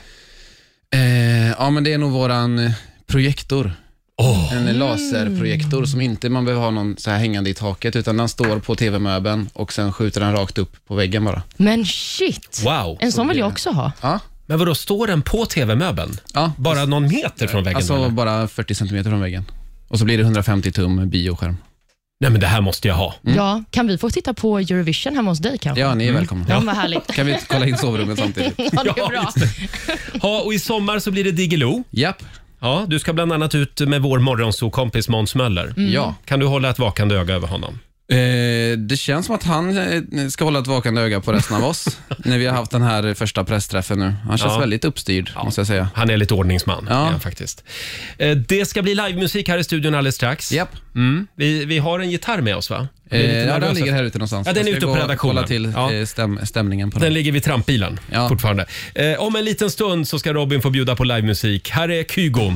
Ja, men det är nog våran projektor. En laserprojektor som inte man behöver ha någon så här hängande i taket, utan den står på tv-möbeln och sen skjuter den rakt upp på väggen bara. Men shit! Wow. En sån vill jag också ha. Ja. Men vadå, står den på tv-möbeln? Ja. Bara någon meter från väggen? Alltså bara 40 centimeter från väggen. Och så blir det 150 tum bioskärm. Nej, men det här måste jag ha. Ja, kan vi få titta på Eurovision hemma hos dig kanske? Ja, ni är välkomna. Ja, vad härligt. Kan vi kolla in sovrummet samtidigt? Ja, det är bra. Ja, och i sommar så blir det Diggiloo. Japp. Ja, du ska bland annat ut med vår morgonsokompis Måns Möller. Ja. Kan du hålla ett vakande öga över honom? Det känns som att han ska hålla ett vakande öga på resten av oss när vi har haft den här första pressträffen nu. Han känns väldigt uppstyrd, måste jag säga. Han är lite ordningsman, faktiskt. Det ska bli livemusik här i studion alldeles strax. Japp. Vi har en gitarr med oss, va? Den ligger här ute någonstans. Ja, den är ute på redaktionen. Kolla till stämningen på den. Den ligger vid trampbilen fortfarande. Om en liten stund så ska Robin få bjuda på livemusik. Här är Kygo.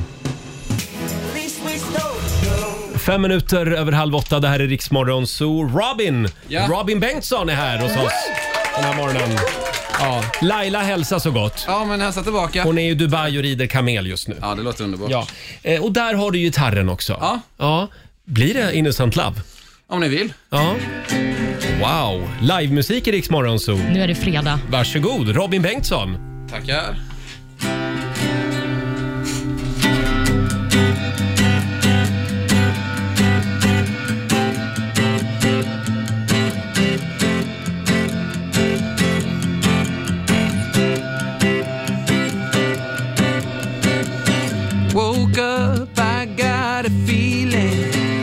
5 minuter över 7:30. Det här är Rix Morgon Zoo. Robin Bengtsson är här hos oss den här morgonen. Ja. Laila hälsar så gott. Ja, men hälsa tillbaka. Hon är i Dubai och rider kamel just nu. Ja, det låter underbart. Ja. Och där har du gitarren också. Ja. Blir det Innocent Love? Om ni vill. Ja. Wow. Livemusik i Rix Morgon Zoo. Nu är det fredag. Varsågod, Robin Bengtsson. Tackar. Woke up, I got a feeling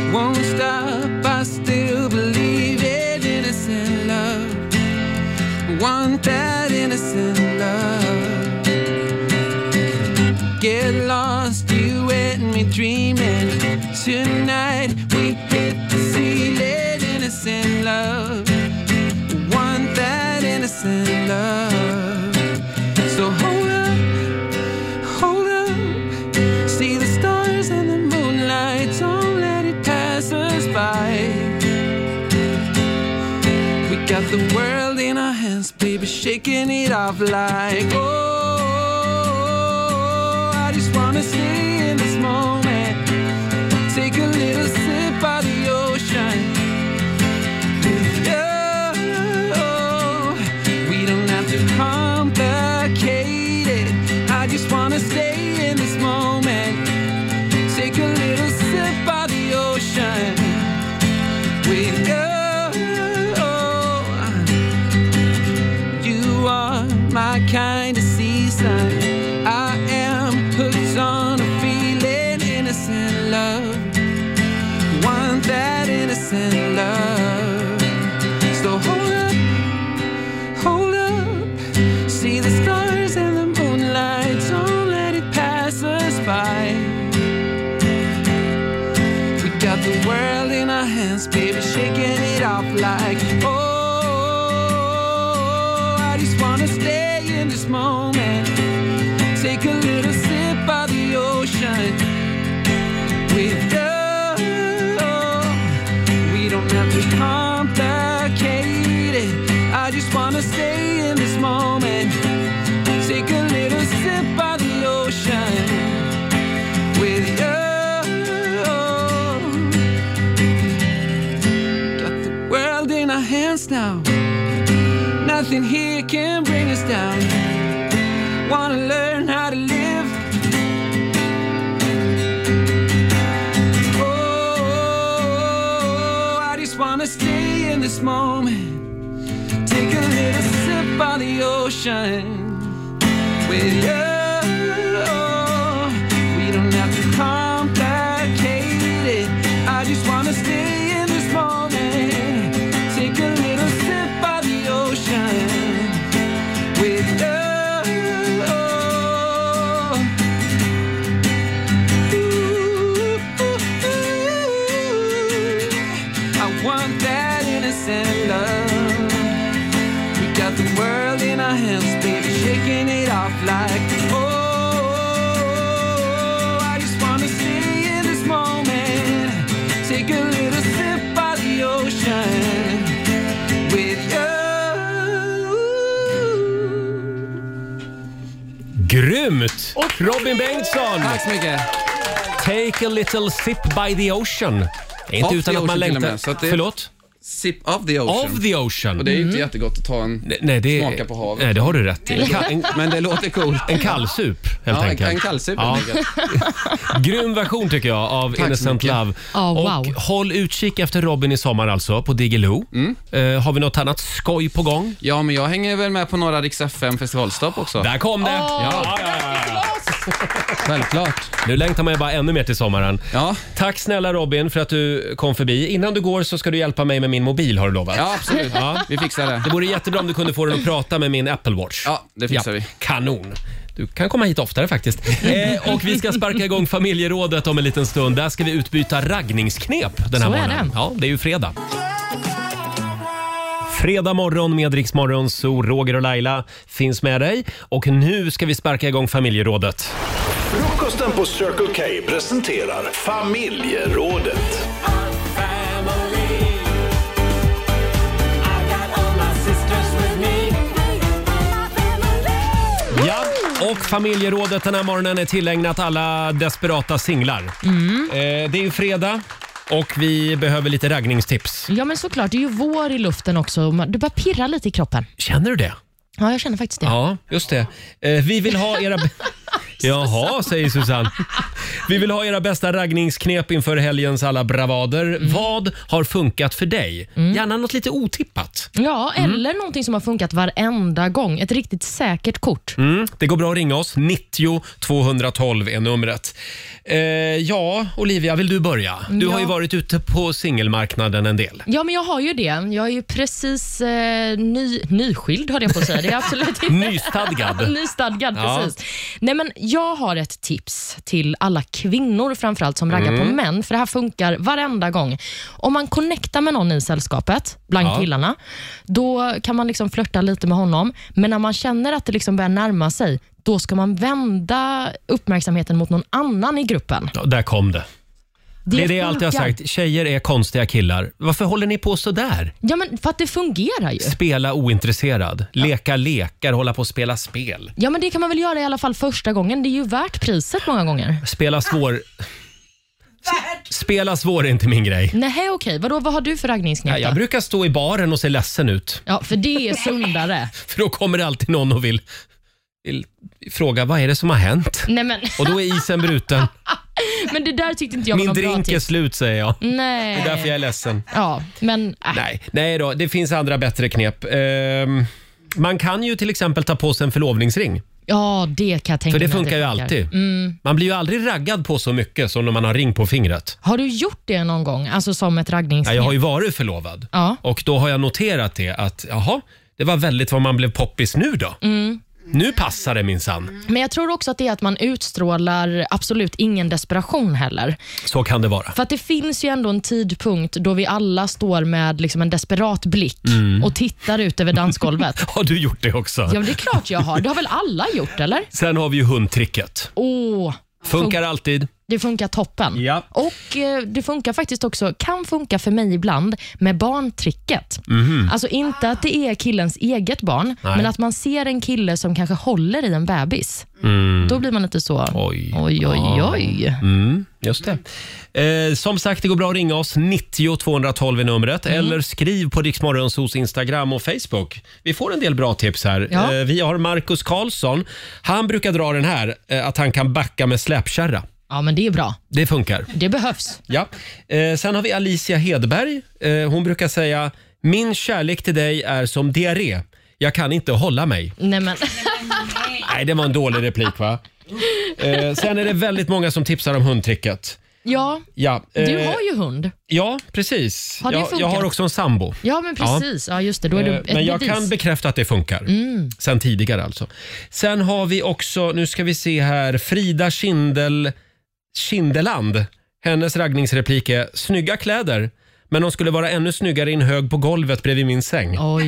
want that innocent love. Get lost, you and me dreaming. Tonight we hit the ceiling. Innocent love. Want that innocent love. So hold up, hold up. See the stars and the moonlight. Don't let it pass us by. We got the world in our hands, baby, shaking it off like, oh, I just wanna stay in this moment. Take a little sip of the ocean. Oh, we don't have to complicate it. I just wanna stay in this moment. Take a little sip of the ocean with you. You are my kind of season. I am hooked on a feeling. Innocent love. Want that innocent love. So hold up, hold up. See the stars and the moonlight. Don't let it pass us by. We got the world in our hands, baby, shaking it off like, oh, I just wanna stay in this moment. Take a little sip of the ocean with you. We don't have to complicate it. I just wanna stay in this moment. Take a little sip of the ocean with you. Got the world in our hands now. Nothing here can bring us down. Wanna learn how to live. Oh, I just wanna stay in this moment. Take a little sip of the ocean with you. We don't have to complicate it. I just wanna stay in this moment. Take a little sip of the ocean with you. I want that innocent love. We got the world in our hands, baby, shaking it off like, oh, I just wanna stay in this moment. Take a little sip of the ocean with you. Grymt! Robin Bengtsson! Tack så mycket. Take a little sip by the ocean. Det är inte utan att man längtar. Förlåt? Sip of the ocean. Of the ocean. Och det är ju inte jättegott att ta en smaka på havet. Nej, det har du rätt i. Men det låter coolt. En kallsup, helt enkelt. En kallsup, ja. Grym version tycker jag av Innocent Love. Oh, wow. Och håll utkik efter Robin i sommar alltså på Diggiloo. Har vi något annat skoj på gång? Ja, men jag hänger väl med på några Rix FM festivalstopp också. Där kom det! Ja. Självklart. Nu längtar man ju bara ännu mer till sommaren. Ja. Tack snälla Robin för att du kom förbi. Innan du går så ska du hjälpa mig med min mobil, har du lovat. Ja, absolut. Ja. Vi fixar det. Det vore jättebra om du kunde få den att prata med min Apple Watch. Ja, det fixar vi. Kanon. Du kan komma hit oftare faktiskt. Och vi ska sparka igång familjerådet om en liten stund. Där ska vi utbyta raggningsknep den här morgonen. Ja, det är ju fredag. Fredag morgon med Rix Morgon, så Roger och Laila finns med dig. Och nu ska vi sparka igång familjerådet. Frukosten på Circle K presenterar familjerådet. Ja, och familjerådet den här morgonen är tillägnat alla desperata singlar. Det är ju fredag. Och vi behöver lite raggningstips. Ja, men såklart. Det är ju vår i luften också. Du bara pirra lite i kroppen. Känner du det? Ja, jag känner faktiskt det. Ja, just det. Vi vill ha era... Jaha, säger Susanne. Vi vill ha era bästa raggningsknep inför helgens alla bravader. Vad har funkat för dig? Gärna något lite otippat. Ja, eller någonting som har funkat varenda gång. Ett riktigt säkert kort. Det går bra att ringa oss. 90 212 är numret. Ja, Olivia, vill du börja? Du har ju varit ute på singelmarknaden en del. Ja, men jag har ju det. Jag är ju precis nyskild, hade jag på att säga. Det är absolut inte. Nystadgad, precis. Nej, men jag har ett tips till alla kvinnor framförallt som raggar på män. För det här funkar varenda gång. Om man connectar med någon i sällskapet, bland killarna, då kan man liksom flirta lite med honom. Men när man känner att det liksom börjar närma sig, då ska man vända uppmärksamheten mot någon annan i gruppen. Ja, där kom det. Det är det jag alltid har sagt. Tjejer är konstiga killar. Varför håller ni på så där? Ja, men för att det fungerar ju. Spela ointresserad. Leka lekar, hålla på att spela spel. Ja, men det kan man väl göra i alla fall första gången. Det är ju värt priset många gånger. Spela svår är inte min grej. Nej, okej. Vad har du för raggningsknep? Ja, jag brukar stå i baren och se ledsen ut. Ja, för det är sundare. För då kommer det alltid någon och vill fråga, vad är det som har hänt? Nej, men. Och då är isen bruten. Men det där tyckte inte jag var något bra tips. Min drink är slut, säger jag. Nej. Det är därför jag är ledsen. Ja, men. Nej då, det finns andra bättre knep. Man kan ju till exempel ta på sig en förlovningsring. Ja, det kan jag tänka mig. För det funkar ju alltid. Man blir ju aldrig raggad på så mycket som när man har ring på fingret. Har du gjort det någon gång? Alltså som ett raggningsknep? Ja, jag har ju varit förlovad. Ja. Och då har jag noterat det att, det var väldigt vad man blev poppis nu då. Nu passar det minsann. Men jag tror också att det är att man utstrålar absolut ingen desperation heller. Så kan det vara. För att det finns ju ändå en tidpunkt då vi alla står med liksom en desperat blick och tittar ut över dansgolvet. Har du gjort det också? Ja, det är klart jag har. Det har väl alla gjort, eller? Sen har vi ju hundtricket. Funkar alltid. Det funkar toppen. Ja. Och det funkar faktiskt också, kan funka för mig ibland med barntricket. Alltså inte att det är killens eget barn, men att man ser en kille som kanske håller i en bebis. Då blir man lite så, oj. Just det. Som sagt, det går bra att ringa oss. 90 212 är numret. Eller skriv på Rix Morgonzos Instagram och Facebook. Vi får en del bra tips här. Ja. Vi har Marcus Karlsson. Han brukar dra den här, att han kan backa med släpkärra. Ja, men det är bra. Det funkar. Det behövs. Ja. Sen har vi Alicia Hedberg. Hon brukar säga, min kärlek till dig är som diarré. Jag kan inte hålla mig. Nej, men. Nej, det var en dålig replik, va? Sen är det väldigt många som tipsar om hundtricket. Ja, du har ju hund. Ja, precis. Har det jag har också en sambo. Ja, men precis. Ja, just det. Då är det ett men jag bevis. kan bekräfta att det funkar. Sen tidigare alltså. Sen har vi också, nu ska vi se här, Frida Kindeland. Hennes raggningsreplik är, snygga kläder. Men de skulle vara ännu snyggare i en hög på golvet bredvid min säng. Oj.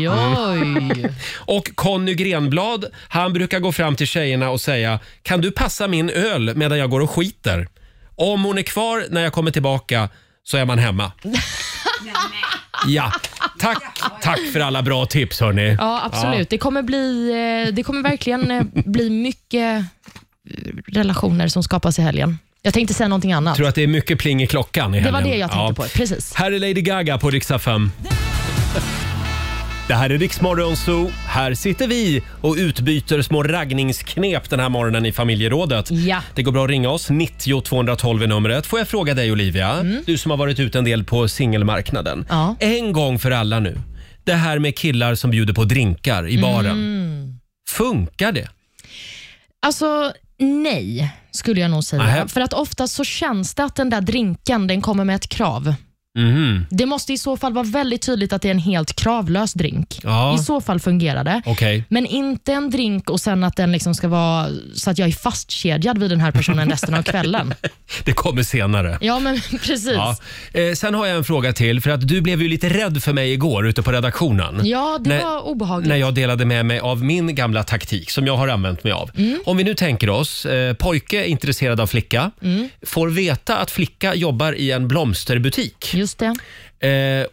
Och Conny Grenblad, han brukar gå fram till tjejerna och säga, kan du passa min öl medan jag går och skiter? Om hon är kvar när jag kommer tillbaka så är man hemma. Ja, tack för alla bra tips, hörni. Ja, absolut. Ja. Det kommer verkligen bli mycket relationer som skapas i helgen. Jag tänkte säga någonting annat. Jag tror att det är mycket pling i klockan i helgen. Det var det jag tänkte på, precis. Här är Lady Gaga på Rix FM. Det här är Rix Morgonzoo. Här sitter vi och utbyter små raggningsknep den här morgonen i familjerådet. Ja. Det går bra att ringa oss. 90 212 är numret. Får jag fråga dig, Olivia, du som har varit ute en del på singelmarknaden. Ja. En gång för alla nu. Det här med killar som bjuder på drinkar i baren. Funkar det? Alltså, nej, skulle jag nog säga. För att ofta så känns det att den där drinken, den kommer med ett krav. Det måste i så fall vara väldigt tydligt att det är en helt kravlös drink. Ja. I så fall fungerar det. Okay. Men inte en drink och sen att den liksom ska vara så att jag är fastkedjad vid den här personen resten av kvällen. Det kommer senare. Ja, men precis. Ja. Sen har jag en fråga till, för att du blev ju lite rädd för mig igår ute på redaktionen. Ja, det var obehagligt. När jag delade med mig av min gamla taktik som jag har använt mig av. Om vi nu tänker oss, pojke är intresserad av flicka, får veta att flicka jobbar i en blomsterbutik. Just det.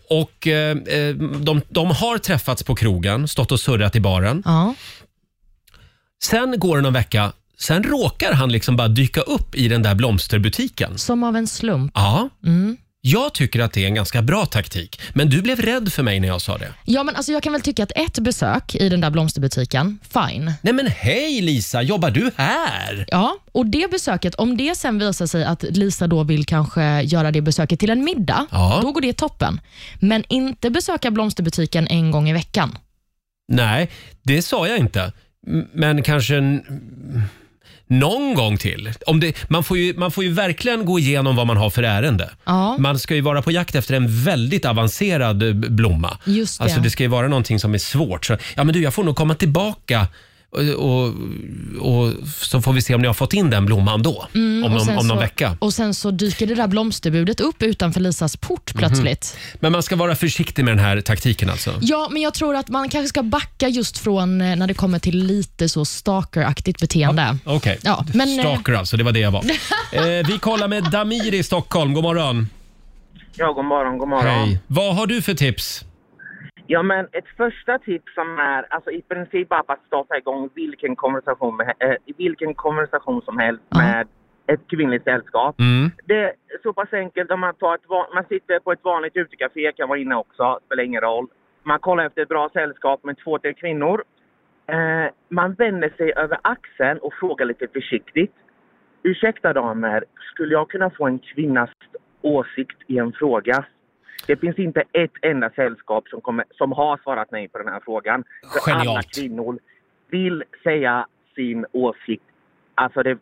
De har träffats på krogen, stått och surrat i baren. Ja. Sen går det någon vecka, sen råkar han liksom bara dyka upp i den där blomsterbutiken. Som av en slump. Ja. Jag tycker att det är en ganska bra taktik. Men du blev rädd för mig när jag sa det. Ja, men alltså jag kan väl tycka att ett besök i den där blomsterbutiken, fine. Nej men hej Lisa, jobbar du här? Ja, och det besöket, om det sen visar sig att Lisa då vill kanske göra det besöket till en middag, då går det toppen. Men inte besöka blomsterbutiken en gång i veckan. Nej, det sa jag inte. Men kanske någon gång till. Man får ju verkligen gå igenom vad man har för ärende. Ja. Man ska ju vara på jakt efter en väldigt avancerad blomma. Just det. Alltså det ska ju vara någonting som är svårt. Så, ja men du, jag får nog komma tillbaka och så får vi se om ni har fått in den blomman då. Om någon vecka. Och sen så dyker det där blomsterbudet upp utanför Lisas port plötsligt. Men man ska vara försiktig med den här taktiken alltså. Ja, men jag tror att man kanske ska backa just från när det kommer till lite så stalkeraktigt beteende. Okej. Ja, stalker alltså, det var det jag var. Vi kollar med Damir i Stockholm. God morgon. Ja, god morgon. Hej. Vad har du för tips? Ja, men ett första tips som är alltså i princip bara att starta igång vilken konversation som helst med ett kvinnligt sällskap. Det är så pass enkelt om man sitter på ett vanligt utekafé, kan vara inne också, spelar ingen roll. Man kollar efter ett bra sällskap med 2-3 kvinnor. Man vänder sig över axeln och frågar lite försiktigt. Ursäkta damer, skulle jag kunna få en kvinnas åsikt i en fråga? Det finns inte ett enda sällskap som har svarat nej på den här frågan. För genialt. Alla kvinnor vill säga sin åsikt. Alltså det,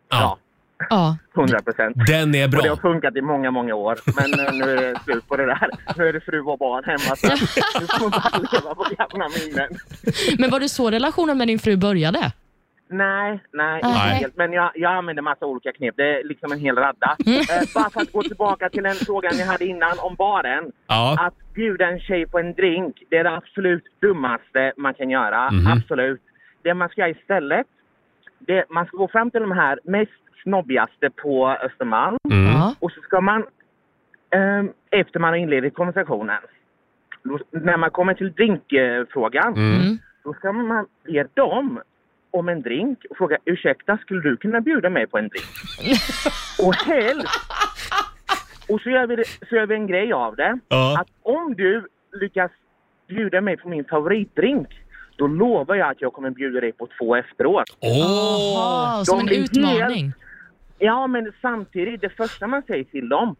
100%. Den är bra. Och det har funkat i många, många år. Men nu är det slut på det där. Nu är det fru och barn hemma. Så nu får man bara leva på gamla minnen. Men var det så relationen med din fru började? Nej, helt. Men jag använder massa olika knep. Det är liksom en hel radda. Bara för att gå tillbaka till den frågan jag hade innan om baren. Ja. Att bjuda en tjej på en drink, det är det absolut dummaste man kan göra. Absolut. Det man ska göra istället, man ska gå fram till de här mest snobbigaste på Östermalm. Och så ska man, efter man har inlett konversationen, när man kommer till drinkfrågan, då ska man ge dem om en drink och fråga, ursäkta, skulle du kunna bjuda mig på en drink? Och helst. Och så gör vi en grej av det. Att om du lyckas bjuda mig på min favoritdrink, då lovar jag att jag kommer bjuda dig på 2 efteråt. Som en utmaning. Ja, men samtidigt, det första man säger till dem,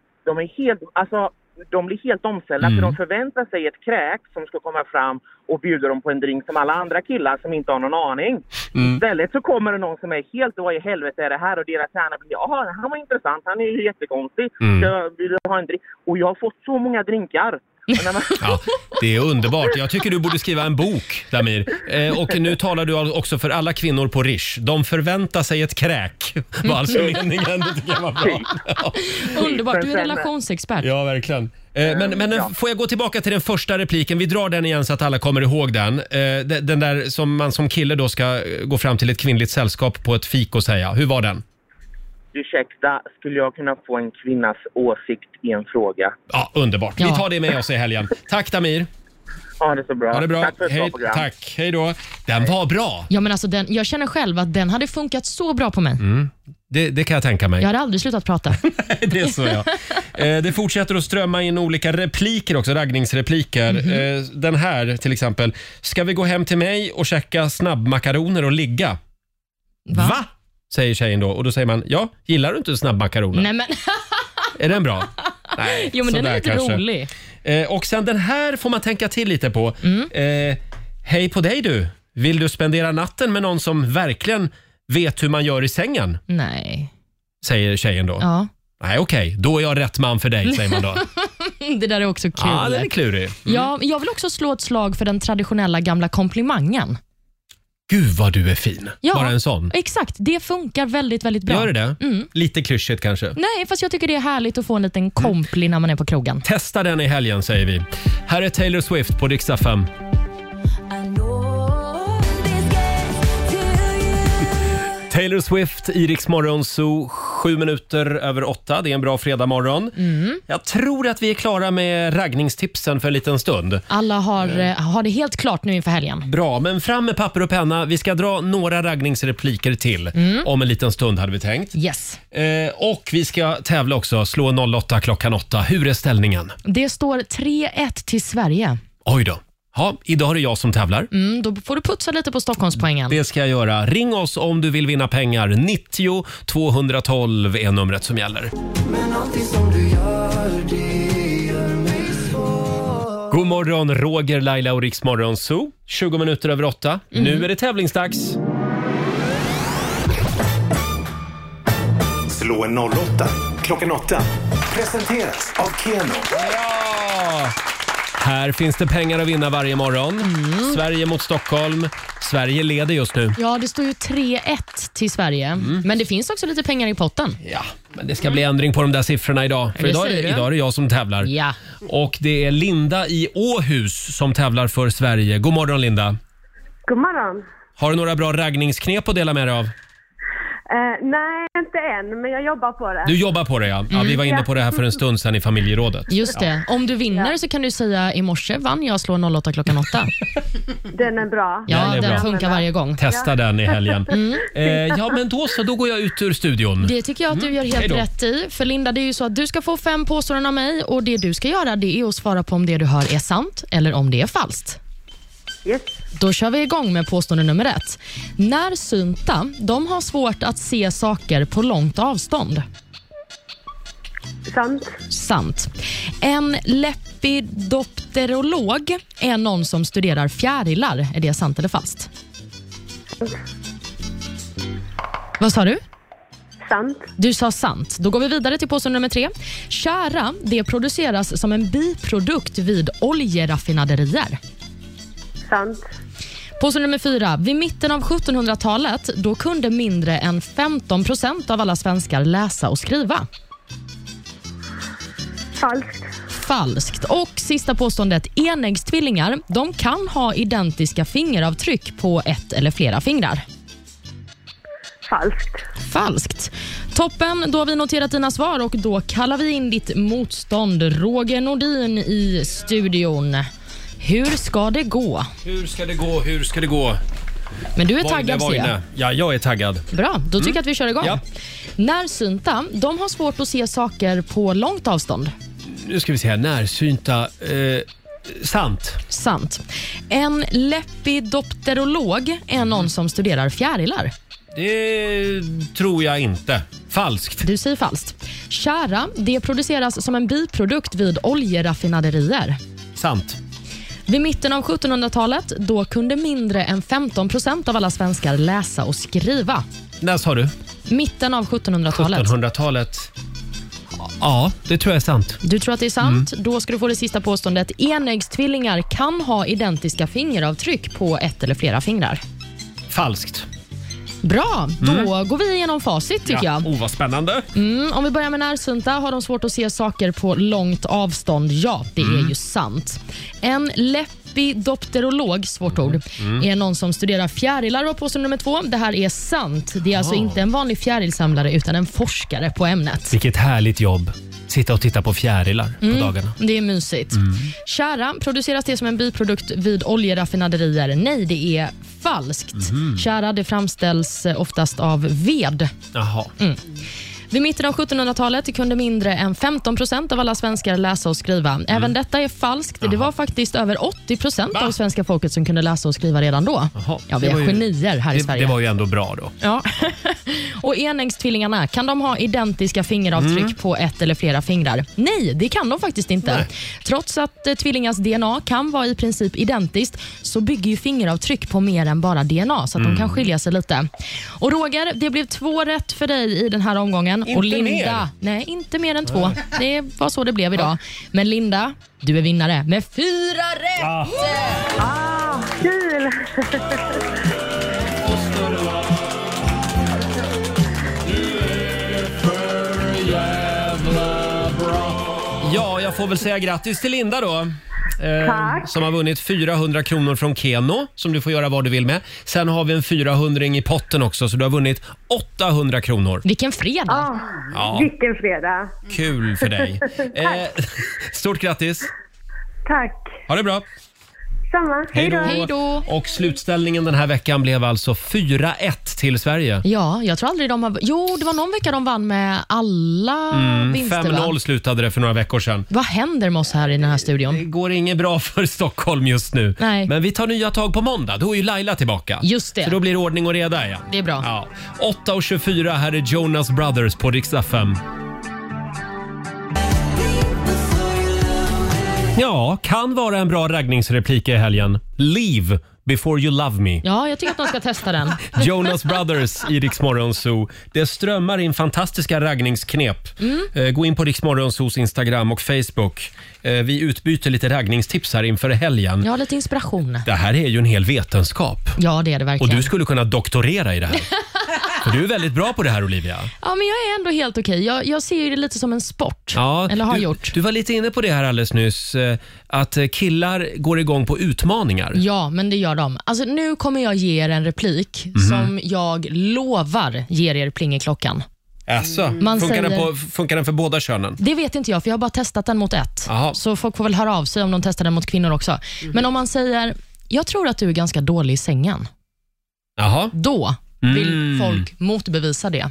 de blir helt omställda, för de förväntar sig ett kräk som ska komma fram och bjuda dem på en drink som alla andra killar som inte har någon aning. Istället så kommer det någon som är helt, vad i helvete är det här? Och deras hjärna blir, han var intressant, han är ju jättekonstig. Jag vill ha en drink. Och jag har fått så många drinkar. Ja, det är underbart. Jag tycker du borde skriva en bok, Damir. Och nu talar du också för alla kvinnor på Rish. De förväntar sig ett kräk. Var alltså meningen. Det tycker jag var bra. Ja. Underbart, du är relationsexpert. Ja, verkligen. Men får jag gå tillbaka till den första repliken? Vi drar den igen så att alla kommer ihåg den. Den där som man som kille då ska gå fram till ett kvinnligt sällskap på ett fik och säga. Hur var den? Ursäkta, skulle jag kunna få en kvinnas åsikt i en fråga? Ja, underbart. Vi tar det med oss i helgen. Tack, Damir. Ja, det är så bra. Ha det bra. Tack för ett bra program. Tack, hej då. Den var bra. Ja, men alltså jag känner själv att den hade funkat så bra på mig. Det kan jag tänka mig. Jag hade aldrig slutat prata. Det är så, ja. Det fortsätter att strömma in olika repliker också, raggningsrepliker. Den här till exempel. Ska vi gå hem till mig och käka snabbmakaroner och ligga? Va? Säger tjejen då. Och då säger man, ja, gillar du inte snabbmakaroner? Nej, men... Är den bra? Nej, jo, men den är lite kanske rolig. Och sen den här får man tänka till lite på. Hej på dig du. Vill du spendera natten med någon som verkligen vet hur man gör i sängen? Nej. Säger tjejen då. Ja. Nej, okej. Då är jag rätt man för dig, säger man då. Det där är också kul. Ja, den är klurig. Ja, jag vill också slå ett slag för den traditionella gamla komplimangen. Gud vad du är fin. Ja, bara en sån. Exakt, det funkar väldigt, väldigt bra. Gör det? Lite klyschigt kanske. Nej, fast jag tycker det är härligt att få en liten kompli när man är på krogen. Testa den i helgen, säger vi. Här är Taylor Swift på Rix FM. Taylor Swift, Rix Morgon Zoo, 7:07. Det är en bra fredagmorgon. Jag tror att vi är klara med raggningstipsen för en liten stund. Alla har det helt klart nu inför helgen. Bra, men fram med papper och penna. Vi ska dra några raggningsrepliker till om en liten stund hade vi tänkt. Yes. Och vi ska tävla också, slå 08 klockan 8. Hur är ställningen? Det står 3-1 till Sverige. Oj då. Ja, idag är det jag som tävlar. Då får du putsa lite på Stockholmspoängen. Det ska jag göra. Ring oss om du vill vinna pengar. 90 212 är numret som gäller. Men allting som du gör, det gör mig svår. God morgon, Roger, Laila och Rix Morgon Zoo. 7:20. Nu är det tävlingsdags. Slå en 08 klockan 8. Presenteras av Keno. Ja! Här finns det pengar att vinna varje morgon. Sverige mot Stockholm. Sverige leder just nu. Ja, det står ju 3-1 till Sverige. Men det finns också lite pengar i potten. Ja, men det ska bli ändring på de där siffrorna idag. För idag är det jag som tävlar. Ja. Och det är Linda i Åhus som tävlar för Sverige. God morgon, Linda. God morgon. Har du några bra raggningsknep att dela med dig av? Nej, inte än, men jag jobbar på det. Du jobbar på det, ja. Vi var inne på det här för en stund sedan i familjerådet. Just det. Om du vinner så kan du säga i morse vann jag slår 08 klockan 8. Den är bra. Ja, den funkar varje gång. Testa den i helgen. Ja, men då går jag ut ur studion. Det tycker jag att du gör helt rätt i. För Linda, det är ju så att du ska få 5 påståenden av mig och det du ska göra det är att svara på om det du hör är sant eller om det är falskt. Yes. Då kör vi igång med påstående nummer 1. Närsynta, de har svårt att se saker på långt avstånd. Sant. Sant. En lepidopterolog är någon som studerar fjärilar. Är det sant eller falskt? Vad sa du? Sant. Du sa sant. Då går vi vidare till påstående nummer 3. Tjära, det produceras som en biprodukt vid oljeraffinaderier. Sant. Påstående nummer 4. Vid mitten av 1700-talet då kunde mindre än 15% av alla svenskar läsa och skriva. Falskt. Falskt. Och sista påståendet. Enäggstvillingar, de kan ha identiska fingeravtryck på ett eller flera fingrar. Falskt. Falskt. Toppen, då har vi noterat dina svar och då kallar vi in ditt motstånd. Roger Nordin i studion. Hur ska det gå? Hur ska det gå? Hur ska det gå? Men du är taggad, ser jag. Ja, jag är taggad. Bra, då tycker jag att vi kör igång. Ja. Närsynta, de har svårt att se saker på långt avstånd. Nu ska vi se här. Närsynta. Sant. Sant. En lepidopterolog är någon som studerar fjärilar. Det tror jag inte. Falskt. Du säger falskt. Tjära, det produceras som en biprodukt vid oljeraffinaderier. Sant. Vid mitten av 1700-talet då kunde mindre än 15% av alla svenskar läsa och skriva. När sa du? Mitten av 1700-talet. 1700-talet. Ja, det tror jag är sant. Du tror att det är sant? Då ska du få det sista påståendet. Enäggstvillingar kan ha identiska fingeravtryck på ett eller flera fingrar. Falskt. Bra, då går vi igenom facit tycker jag. Vad spännande. Om vi börjar med närsynta, har de svårt att se saker på långt avstånd? Ja, det är ju sant. En lepidopterolog, svårt ord, är någon som studerar fjärilar. Och påstående nummer 2, det här är sant. Det är alltså inte en vanlig fjärilsamlare utan en forskare på ämnet. Vilket härligt jobb. Sitta och titta på fjärilar på dagarna. Det är mysigt. Tjära, produceras det som en biprodukt vid oljeraffinaderier? Nej, det är falskt. Tjära, det framställs oftast av ved. Jaha. Vid mitten av 1700-talet kunde mindre än 15% av alla svenskar läsa och skriva. Även detta är falskt. Det var faktiskt över 80% av svenska folket som kunde läsa och skriva redan då. Ja, vi är genier här i Sverige. Det var ju ändå bra då. Ja. Och enäggstvillingarna, kan de ha identiska fingeravtryck på ett eller flera fingrar? Nej, det kan de faktiskt inte. Nej. Trots att tvillingars DNA kan vara i princip identiskt så bygger ju fingeravtryck på mer än bara DNA så att de kan skilja sig lite. Och Roger, det blev 2 rätt för dig i den här omgången. Inte och Linda, mer? Nej, inte mer än 2. Det var så det blev idag. Men Linda, du är vinnare med 4 rätt! Kul! Ja, jag får väl säga grattis till Linda då. som har vunnit 400 kronor från Keno som du får göra vad du vill med. Sen har vi en 400-ring i potten också, så du har vunnit 800 kronor. Vilken fredag! Ja. Vilken fredag! Kul för dig. Stort grattis! Tack! Ha det bra! Samma. Hej då. Och slutställningen den här veckan blev alltså 4-1 till Sverige. Ja, jag tror aldrig de har... Jo, det var någon vecka de vann med alla vinster. 5-0 slutade det för några veckor sedan. Vad händer med oss här i den här studion? Det går inget bra för Stockholm just nu. Nej. Men vi tar nya tag på måndag. Då är ju Laila tillbaka. Just det. Så då blir det ordning och reda igen. Det är bra. Ja. 8:24, här är Jonas Brothers på Rix FM. Ja, kan vara en bra raggningsreplik i helgen. Leave before you love me. Ja, jag tycker att de ska testa den. Jonas Brothers i Rix Morgon Zoo. Det strömmar in fantastiska raggningsknep. Gå in på Rix Morgon Zoos Instagram och Facebook. Vi utbyter lite raggningstips här inför helgen. Ja, lite inspiration. Det här är ju en hel vetenskap. Ja, det är det verkligen. Och du skulle kunna doktorera i det här. För du är väldigt bra på det här, Olivia. Ja, men jag är ändå helt okej. Jag ser ju det lite som en sport. Ja, eller har gjort. Du var lite inne på det här alldeles nyss. Att killar går igång på utmaningar. Ja, men det gör de. Alltså, nu kommer jag ge er en replik som jag lovar ger er pling i klockan. Alltså, funkar den för båda könen? Det vet inte jag, för jag har bara testat den mot ett. Aha. Så folk får väl höra av sig om de testar den mot kvinnor också. Men om man säger, jag tror att du är ganska dålig i sängen. Jaha. Då vill folk motbevisa det.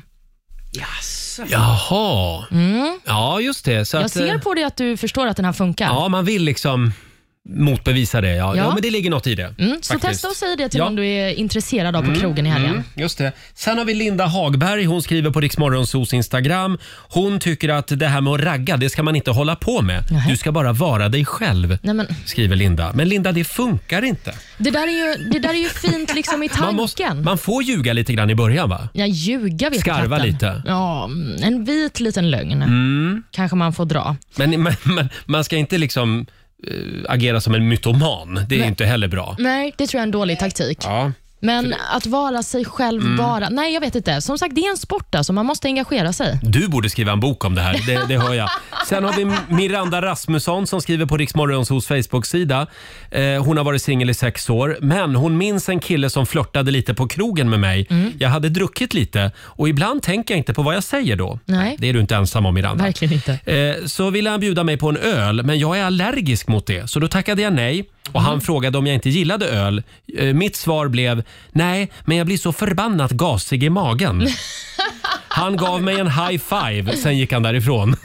Yes. Jaha. Ja, just det. Så jag ser på det att du förstår att den här funkar. Ja, man vill liksom motbevisa det. Ja, men det ligger något i det. Så testa och säg det till om du är intresserad av på krogen i helgen. Just det. Sen har vi Linda Hagberg. Hon skriver på Rix Morgon Zoos Instagram. Hon tycker att det här med att ragga, det ska man inte hålla på med. Du ska bara vara dig själv, skriver Linda. Men Linda, det funkar inte. Det där är ju fint liksom i tanken. Man får ljuga lite grann i början, va? Ja, ljuga vet jag. Skarva lite. Ja, en vit liten lögn. Kanske man får dra. Men man ska inte liksom agera som en mytoman. Det är inte heller bra. Nej, det tror jag är en dålig taktik. Ja. Men att vara sig själv bara... Nej, jag vet inte. Som sagt, det är en sport alltså. Man måste engagera sig. Du borde skriva en bok om det här. Det hör jag. Sen har vi Miranda Rasmusson som skriver på Rix Morgon Zoos Facebook-sida. Hon har varit singel i 6 år. Men hon minns en kille som flörtade lite på krogen med mig. Jag hade druckit lite. Och ibland tänker jag inte på vad jag säger då. Nej. Det är du inte ensam om, Miranda. Verkligen inte. Så ville han bjuda mig på en öl. Men jag är allergisk mot det. Så då tackade jag nej. Och han frågade om jag inte gillade öl. Mitt svar blev, nej, men jag blir så förbannat gasig i magen. Han gav mig en high five, sen gick han därifrån.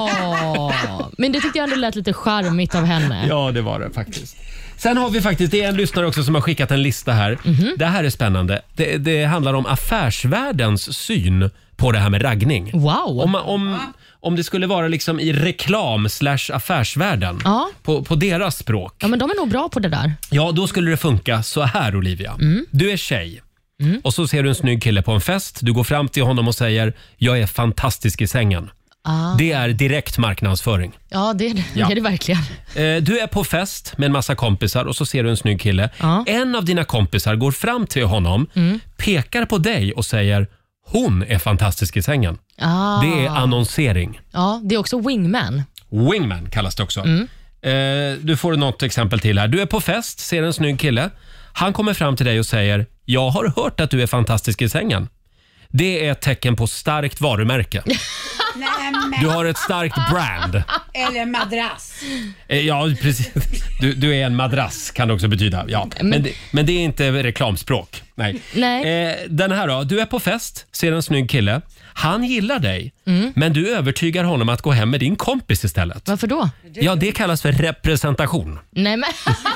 Men det tyckte jag ändå lät lite charmigt av henne. Ja, det var det faktiskt. Sen har vi faktiskt, det är en lyssnare också som har skickat en lista här. Det här är spännande. Det handlar om affärsvärldens syn på det här med raggning. Wow. Om det skulle vara liksom i reklam/affärsvärlden på deras språk. Ja, men de är nog bra på det där. Ja, då skulle det funka så här, Olivia. Du är tjej. Och så ser du en snygg kille på en fest. Du går fram till honom och säger, jag är fantastisk i sängen. Det är direkt marknadsföring. Ja, det är det verkligen. Du är på fest med en massa kompisar och så ser du en snygg kille. En av dina kompisar går fram till honom, pekar på dig och säger, hon är fantastisk i sängen. Det är annonsering. Ja, det är också wingman. Wingman kallas det också. Du får något exempel till här. Du är på fest, ser en snygg kille. Han kommer fram till dig och säger, jag har hört att du är fantastisk i sängen. Det är ett tecken på starkt varumärke. Du har ett starkt brand. Eller madrass. Ja, precis. Du är en madrass kan det också betyda. Ja. Men det är inte reklamspråk. Nej. Den här då. Du är på fest, ser en snygg kille. Han gillar dig, men du övertygar honom att gå hem med din kompis istället. Varför då? Ja, det kallas för representation. Nej, men...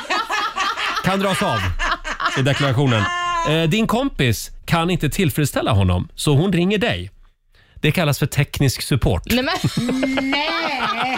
Kan dras av i deklarationen. Din kompis kan inte tillfredsställa honom, så hon ringer dig. Det kallas för teknisk support. Nej, men... Nej.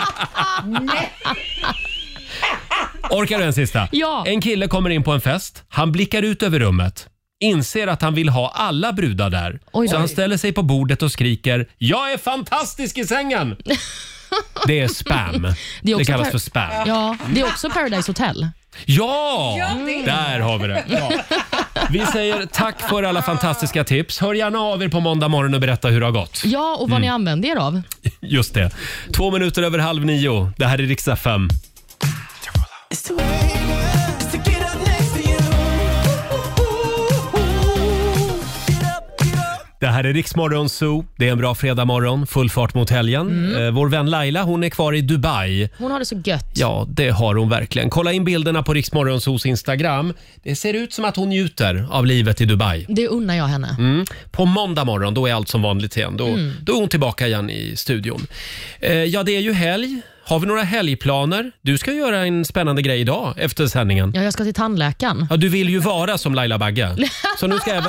Orkar du en sista? Ja. En kille kommer in på en fest. Han blickar ut över rummet. Inser att han vill ha alla brudar där. Så han ställer sig på bordet och skriker, jag är fantastisk i sängen. Det är spam. Det kallas för spam. Ja, det är också Paradise Hotel. Ja, där har vi det. Ja. Vi säger tack för alla fantastiska tips. Hör gärna av er på måndag morgon och berätta hur det har gått. Ja, och vad ni använder er av. Just det. 2 minuter över 8:30. Det här är Rix FM. Det här är Rix Morgon Zoo. Det är en bra fredagmorgon, full fart mot helgen. Vår vän Laila, hon är kvar i Dubai. Hon har det så gött. Ja, det har hon verkligen. Kolla in bilderna på Rix Morgon Zoos Instagram. Det ser ut som att hon njuter av livet i Dubai. Det unnar jag henne. På måndag morgon, då är allt som vanligt igen. Då är hon tillbaka igen i studion. Ja, det är ju helg. Har vi några helgplaner? Du ska göra en spännande grej idag efter sändningen. Ja, jag ska till tandläkaren. Ja, du vill ju vara som Laila Bagge. Så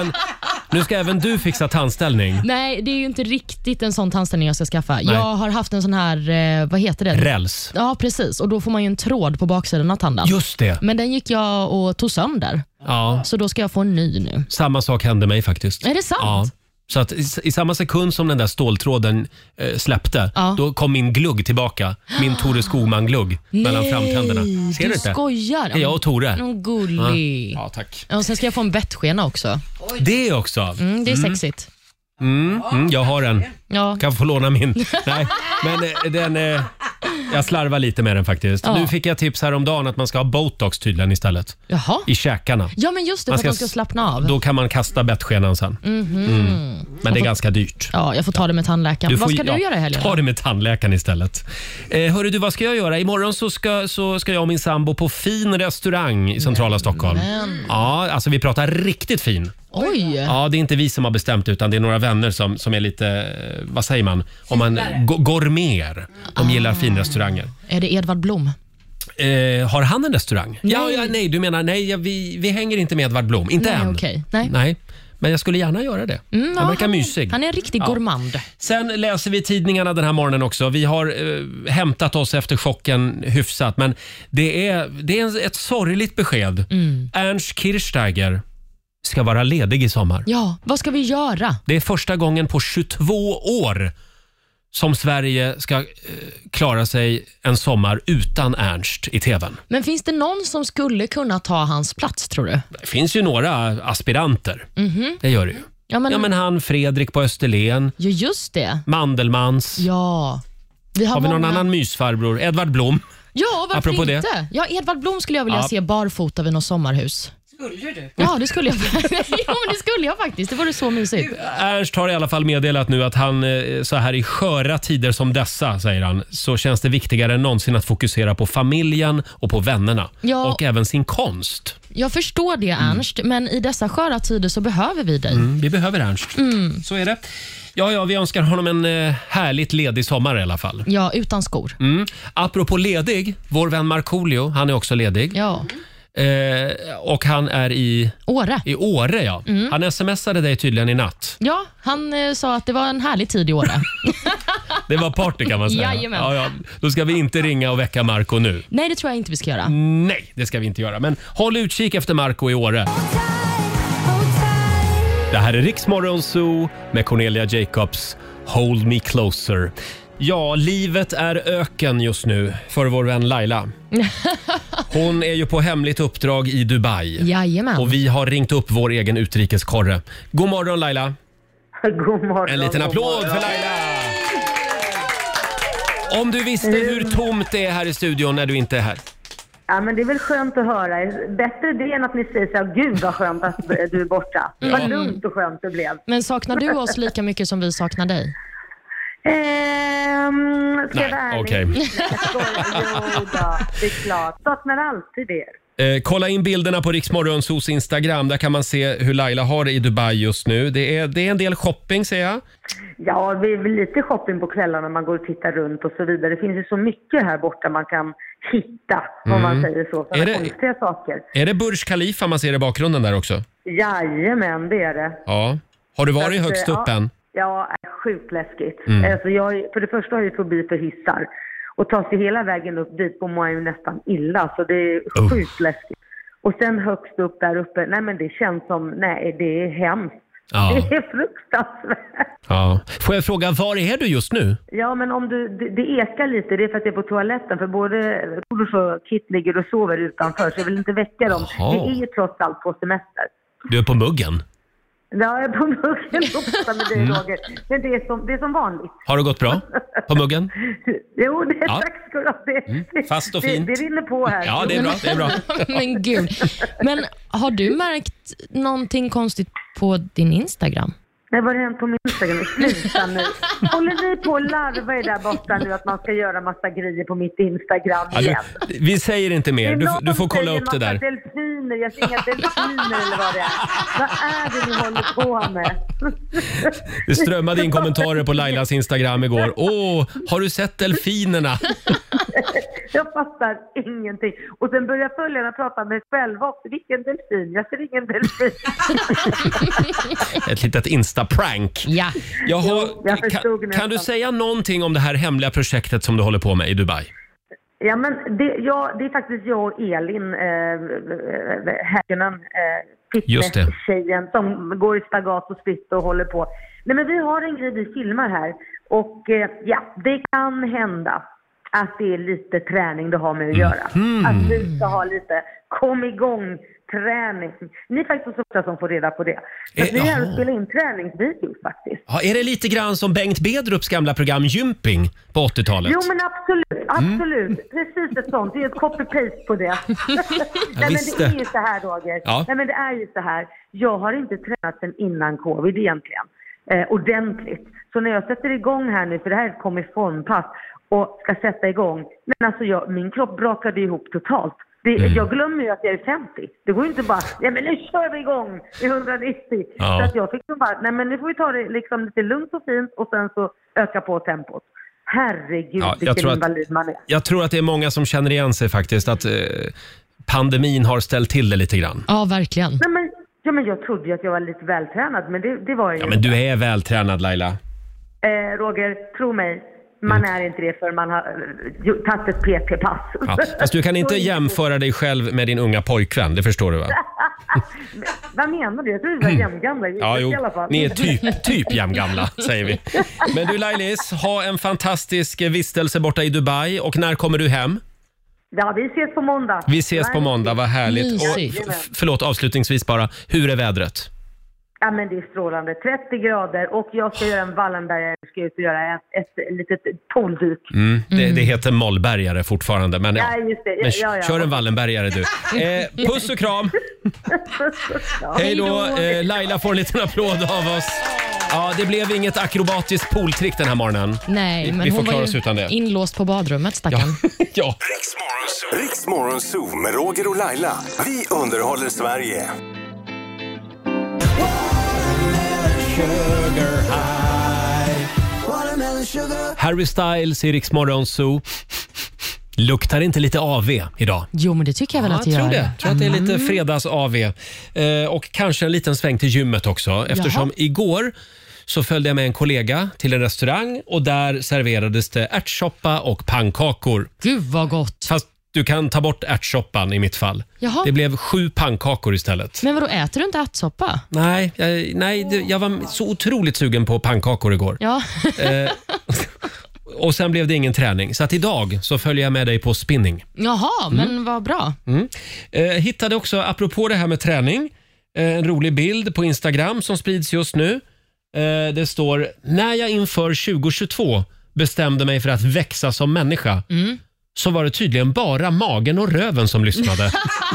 nu ska även du fixa tandställning. Nej, det är ju inte riktigt en sån tandställning jag ska skaffa. Nej. Jag har haft en sån här, vad heter det? Räls. Ja, precis. Och då får man ju en tråd på baksidan av tanden. Just det. Men den gick jag och tog sönder. Ja. Så då ska jag få en ny nu. Samma sak hände mig faktiskt. Är det sant? Ja. Så att i samma sekund som den där ståltråden släppte, då kom min glugg tillbaka. Min Tore Skogman-glugg mellan framtänderna. Ser du inte? Skojar. Det är jag och Tore. Någon gullig. Ja, tack. Och sen ska jag få en bettskena också. Det också? Det är sexigt. Jag har en. Ja. Kan få låna min. Nej, men den... Jag slarvar lite med den faktiskt. Nu fick jag tips här om dagen att man ska ha botox tydligen istället. Jaha. I käkarna. Ja, men just det, för att man ska slappna av. Då kan man kasta bettskenan sen. Men det är ganska dyrt. Ja, jag får ta det med tandläkaren. Vad ska du göra i helgen? Ta det med tandläkaren istället. Hörru du, vad ska jag göra? Imorgon så ska jag och min sambo på fin restaurang i centrala Stockholm. Ja, alltså vi pratar riktigt fin. Oj! Ja, det är inte vi som har bestämt utan det är några vänner som är lite, vad säger man? Om man gourmet. De gillar finrestauranger. Är det Edvard Blom? Har han en restaurang? Nej. Nej, du menar, vi hänger inte med Edvard Blom. Inte än. Okay. Nej. Men jag skulle gärna göra det. Han verkar mysig. Han är en riktig gourmand. Sen läser vi tidningarna den här morgonen också. Vi har hämtat oss efter chocken hyfsat. Men det är ett sorgligt besked. Ernst Kirchsteiger ska vara ledig i sommar. Ja, vad ska vi göra? Det är första gången på 22 år som Sverige ska klara sig en sommar utan Ernst i tvn. Men finns det någon som skulle kunna ta hans plats, tror du? Det finns ju några aspiranter. Det gör det ju. Ja, men han Fredrik på Österlen. Ja, just det. Mandelmans. Ja. Har vi någon annan mysfarbror? Edvard Blom. Ja, varför apropå inte? Det. Ja, Edvard Blom skulle jag vilja se barfota vid något sommarhus. Skulle du? Ja, det skulle jag. Ja, men det skulle jag faktiskt. Det vore så mysigt. Ernst har i alla fall meddelat nu att han så här i sköra tider som dessa, säger han, så känns det viktigare än någonsin att fokusera på familjen och på vännerna. Ja, och även sin konst. Jag förstår det, Ernst, men i dessa sköra tider så behöver vi dig. Vi behöver Ernst. Så är det. Ja, vi önskar honom en härligt ledig sommar i alla fall. Ja, utan skor. Apropå ledig, vår vän Markoolio, han är också ledig. Ja. Och han är i Åre. I Åre, ja. Han smsade dig tydligen i natt. Ja, han sa att det var en härlig tid i Åre. Det var party, kan man säga. Jajamän. Ja. Då ska vi inte ringa och väcka Marco nu. Nej, det tror jag inte vi ska göra. Nej, det ska vi inte göra. Men håll utkik efter Marco i Åre. Det här är Rix Morgon Zoo med Cornelia Jacobs, Hold Me Closer. Ja, livet är öken just nu för vår vän Laila. Hon är ju på hemligt uppdrag i Dubai. Jajamän. Och vi har ringt upp vår egen utrikeskorre. God morgon, Laila. God morgon. En liten applåd för Laila. Om du visste hur tomt det är här i studion när du inte är här. Ja, men det är väl skönt att höra. Bättre det än att ni säger så här, gud vad skönt att du är borta. Vad lugnt och skönt det blev. Men saknar du oss lika mycket som vi saknar dig? Ska jag vara ärlig? Okej. Jo då, det är klart. Saknar alltid er. Kolla in bilderna på Rix Morgon Zoos Instagram. Där kan man se hur Laila har det i Dubai just nu. Det är en del shopping, ser jag. Ja, det är väl lite shopping på kvällarna när man går och tittar runt och så vidare. Det finns ju så mycket här borta man kan hitta, om man säger så. För konstiga saker. Är det Burj Khalifa man ser i bakgrunden där också? Jajamän, det är det. Ja. Har du varit högst upp än? Ja, sjukt läskigt. Alltså för det första har jag fobi för hissar. Och ta sig hela vägen upp dit på mår ju nästan illa. Så det är sjukt läskigt. Och sen högst upp där uppe, nej men det känns som, nej det är hemskt. Ja. Det är fruktansvärt. Ja. Får jag fråga, var är du just nu? Ja, men om det ekar lite, det är för att jag är på toaletten. För både Kolosh och Kit ligger och sover utanför, så jag vill inte väcka dem. Det är ju trots allt på semester. Du är på muggen? Ja, jag är på muggen ofta med dig, Roger. Men det är som vanligt. Har det gått bra på muggen? Jo, det är tack ska du ha. Fast och fint. Det rinner på här. Ja, det är bra. Men gud. Men har du märkt någonting konstigt på din Instagram? Nej, vad har hänt på min Instagram? Sluta nu. Håller ni på att larva er där borta nu att man ska göra massa grejer på mitt Instagram igen? Vi säger inte mer. Du får kolla upp det där. Delfiner. Jag ser inga delfiner eller vad det är. Vad är det ni håller på med? Det strömmade in kommentarer på Lailas Instagram igår. Har du sett delfinerna? Jag fattar ingenting. Och sen börjar följarna prata med själva också. Vilken delfin? Jag ser ingen delfin. Ett litet Insta-prank. Ja. Kan du säga någonting om det här hemliga projektet som du håller på med i Dubai? Ja, men det är faktiskt jag och Elin Häggenen, fitness-tjejen som går i spagat och split och håller på. Nej, men vi har en grej vi filmar här. Och det kan hända att det är lite träning det har med att göra. Att vi ska ha lite kom igång träning. Ni är faktiskt så ofta som får reda på det. Att vi här spelar in träningsvideos faktiskt. Ja, är det lite grann som Bengt Bedrups gamla program Gymping på 80-talet? Jo, men absolut. Precis ett sånt. Det är ett copy-paste på det. Nej, men det är ju så här, Roger. Ja. Nej, men det är ju så här. Jag har inte tränat sen innan covid egentligen. Ordentligt. Så när jag sätter igång här nu, för det här kommer i formpass och ska sätta igång. Men alltså min kropp brakade ihop totalt. Jag glömmer ju att jag är 50. Det går ju inte bara, men nu kör vi igång i 190. Ja. Så att jag fick bara, men nu får vi ta det liksom lite lugnt och fint och sen så öka på tempot. Herregud, vilken invalid man är. Jag tror att det är många som känner igen sig faktiskt, att pandemin har ställt till det lite grann. Ja, verkligen. Men jag trodde ju att jag var lite vältränad, men det var jag ju. Ja, men du är vältränad, Laila. Roger, tro mig. Man är inte det för man har tagit ett PT-pass. Ja, fast du kan inte jämföra dig själv med din unga pojkvän, det förstår du va? Vad menar du? Jag tror vi var jämngamla i alla fall. Ni är typ jämngamla, säger vi. Men du Lailis, ha en fantastisk vistelse borta i Dubai. Och när kommer du hem? Ja, vi ses på måndag. Vi ses på måndag, vad härligt. Och, förlåt, avslutningsvis bara, hur är vädret? Ja, men det är strålande. 30 grader och jag ska göra en Wallenbergare. Jag ska ut och göra ett litet pooldyk. Det heter Mollbergare fortfarande. Men, just det. Kör en Wallenbergare du. Puss och kram. Hej då. Laila får en liten applåd av oss. Ja, det blev inget akrobatiskt pooltrick den här morgonen. Nej, men vi får hon klara var oss utan det. Inlåst på badrummet, stackarn. Ja. Riksmorgon Zoo med Roger och Laila. Vi underhåller Sverige. Harry Styles i Riksmorgon Zoo. Luktar inte lite AV idag? Jo, men det tycker jag väl att det gör. Jag tror att det är lite fredags-AV. Och kanske en liten sväng till gymmet också. Eftersom igår så följde jag med en kollega till en restaurang och där serverades det ärtsoppa och pannkakor. Gud vad gott. Fast du kan ta bort ärtsoppan i mitt fall. Jaha. Det blev 7 pannkakor istället. Men vadå, äter du inte ärtsoppa? Nej, jag var så otroligt sugen på pannkakor igår. Ja. Och sen blev det ingen träning. Så att idag så följer jag med dig på spinning. Jaha, men vad bra. Hittade också, apropå det här med träning, en rolig bild på Instagram som sprids just nu. Det står, när jag inför 2022 bestämde mig för att växa som människa så var det tydligen bara magen och röven som lyssnade.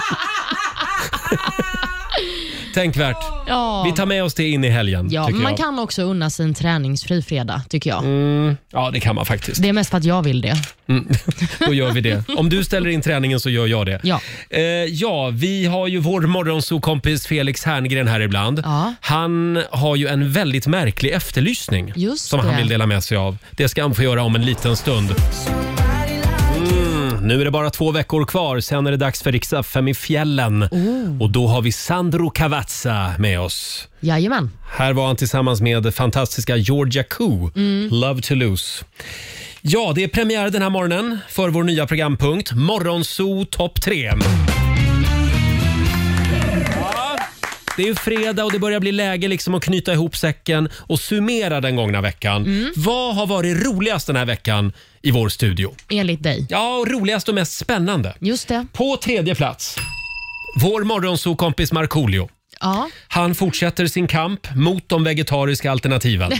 Tänkvärt. Ja. Vi tar med oss det in i helgen. Ja, men man kan också unna sin träningsfri fredag, tycker jag. Ja, det kan man faktiskt. Det är mest för att jag vill det. Då gör vi det. Om du ställer in träningen så gör jag det. Ja, vi har ju vår morgonsokompis Felix Herngren här ibland. Ja. Han har ju en väldigt märklig efterlysning som han vill dela med sig av. Det ska han få göra om en liten stund. Nu är det bara 2 veckor kvar, sen är det dags för Rix FM i fjällen. Och då har vi Sandro Cavazza med oss. Jajamän. Här var han tillsammans med fantastiska Georgia Koo, Love to Lose. Ja, det är premiär den här morgonen för vår nya programpunkt Morgonzoo Top 3. Det är ju fredag och det börjar bli läge liksom att knyta ihop säcken och summera den gångna veckan. Vad har varit roligast den här veckan i vår studio? Enligt dig? Ja, och roligast och mest spännande. Just det. På 3:e plats, vår morgonsokompis Markoolio. Ja. Han fortsätter sin kamp mot de vegetariska alternativen.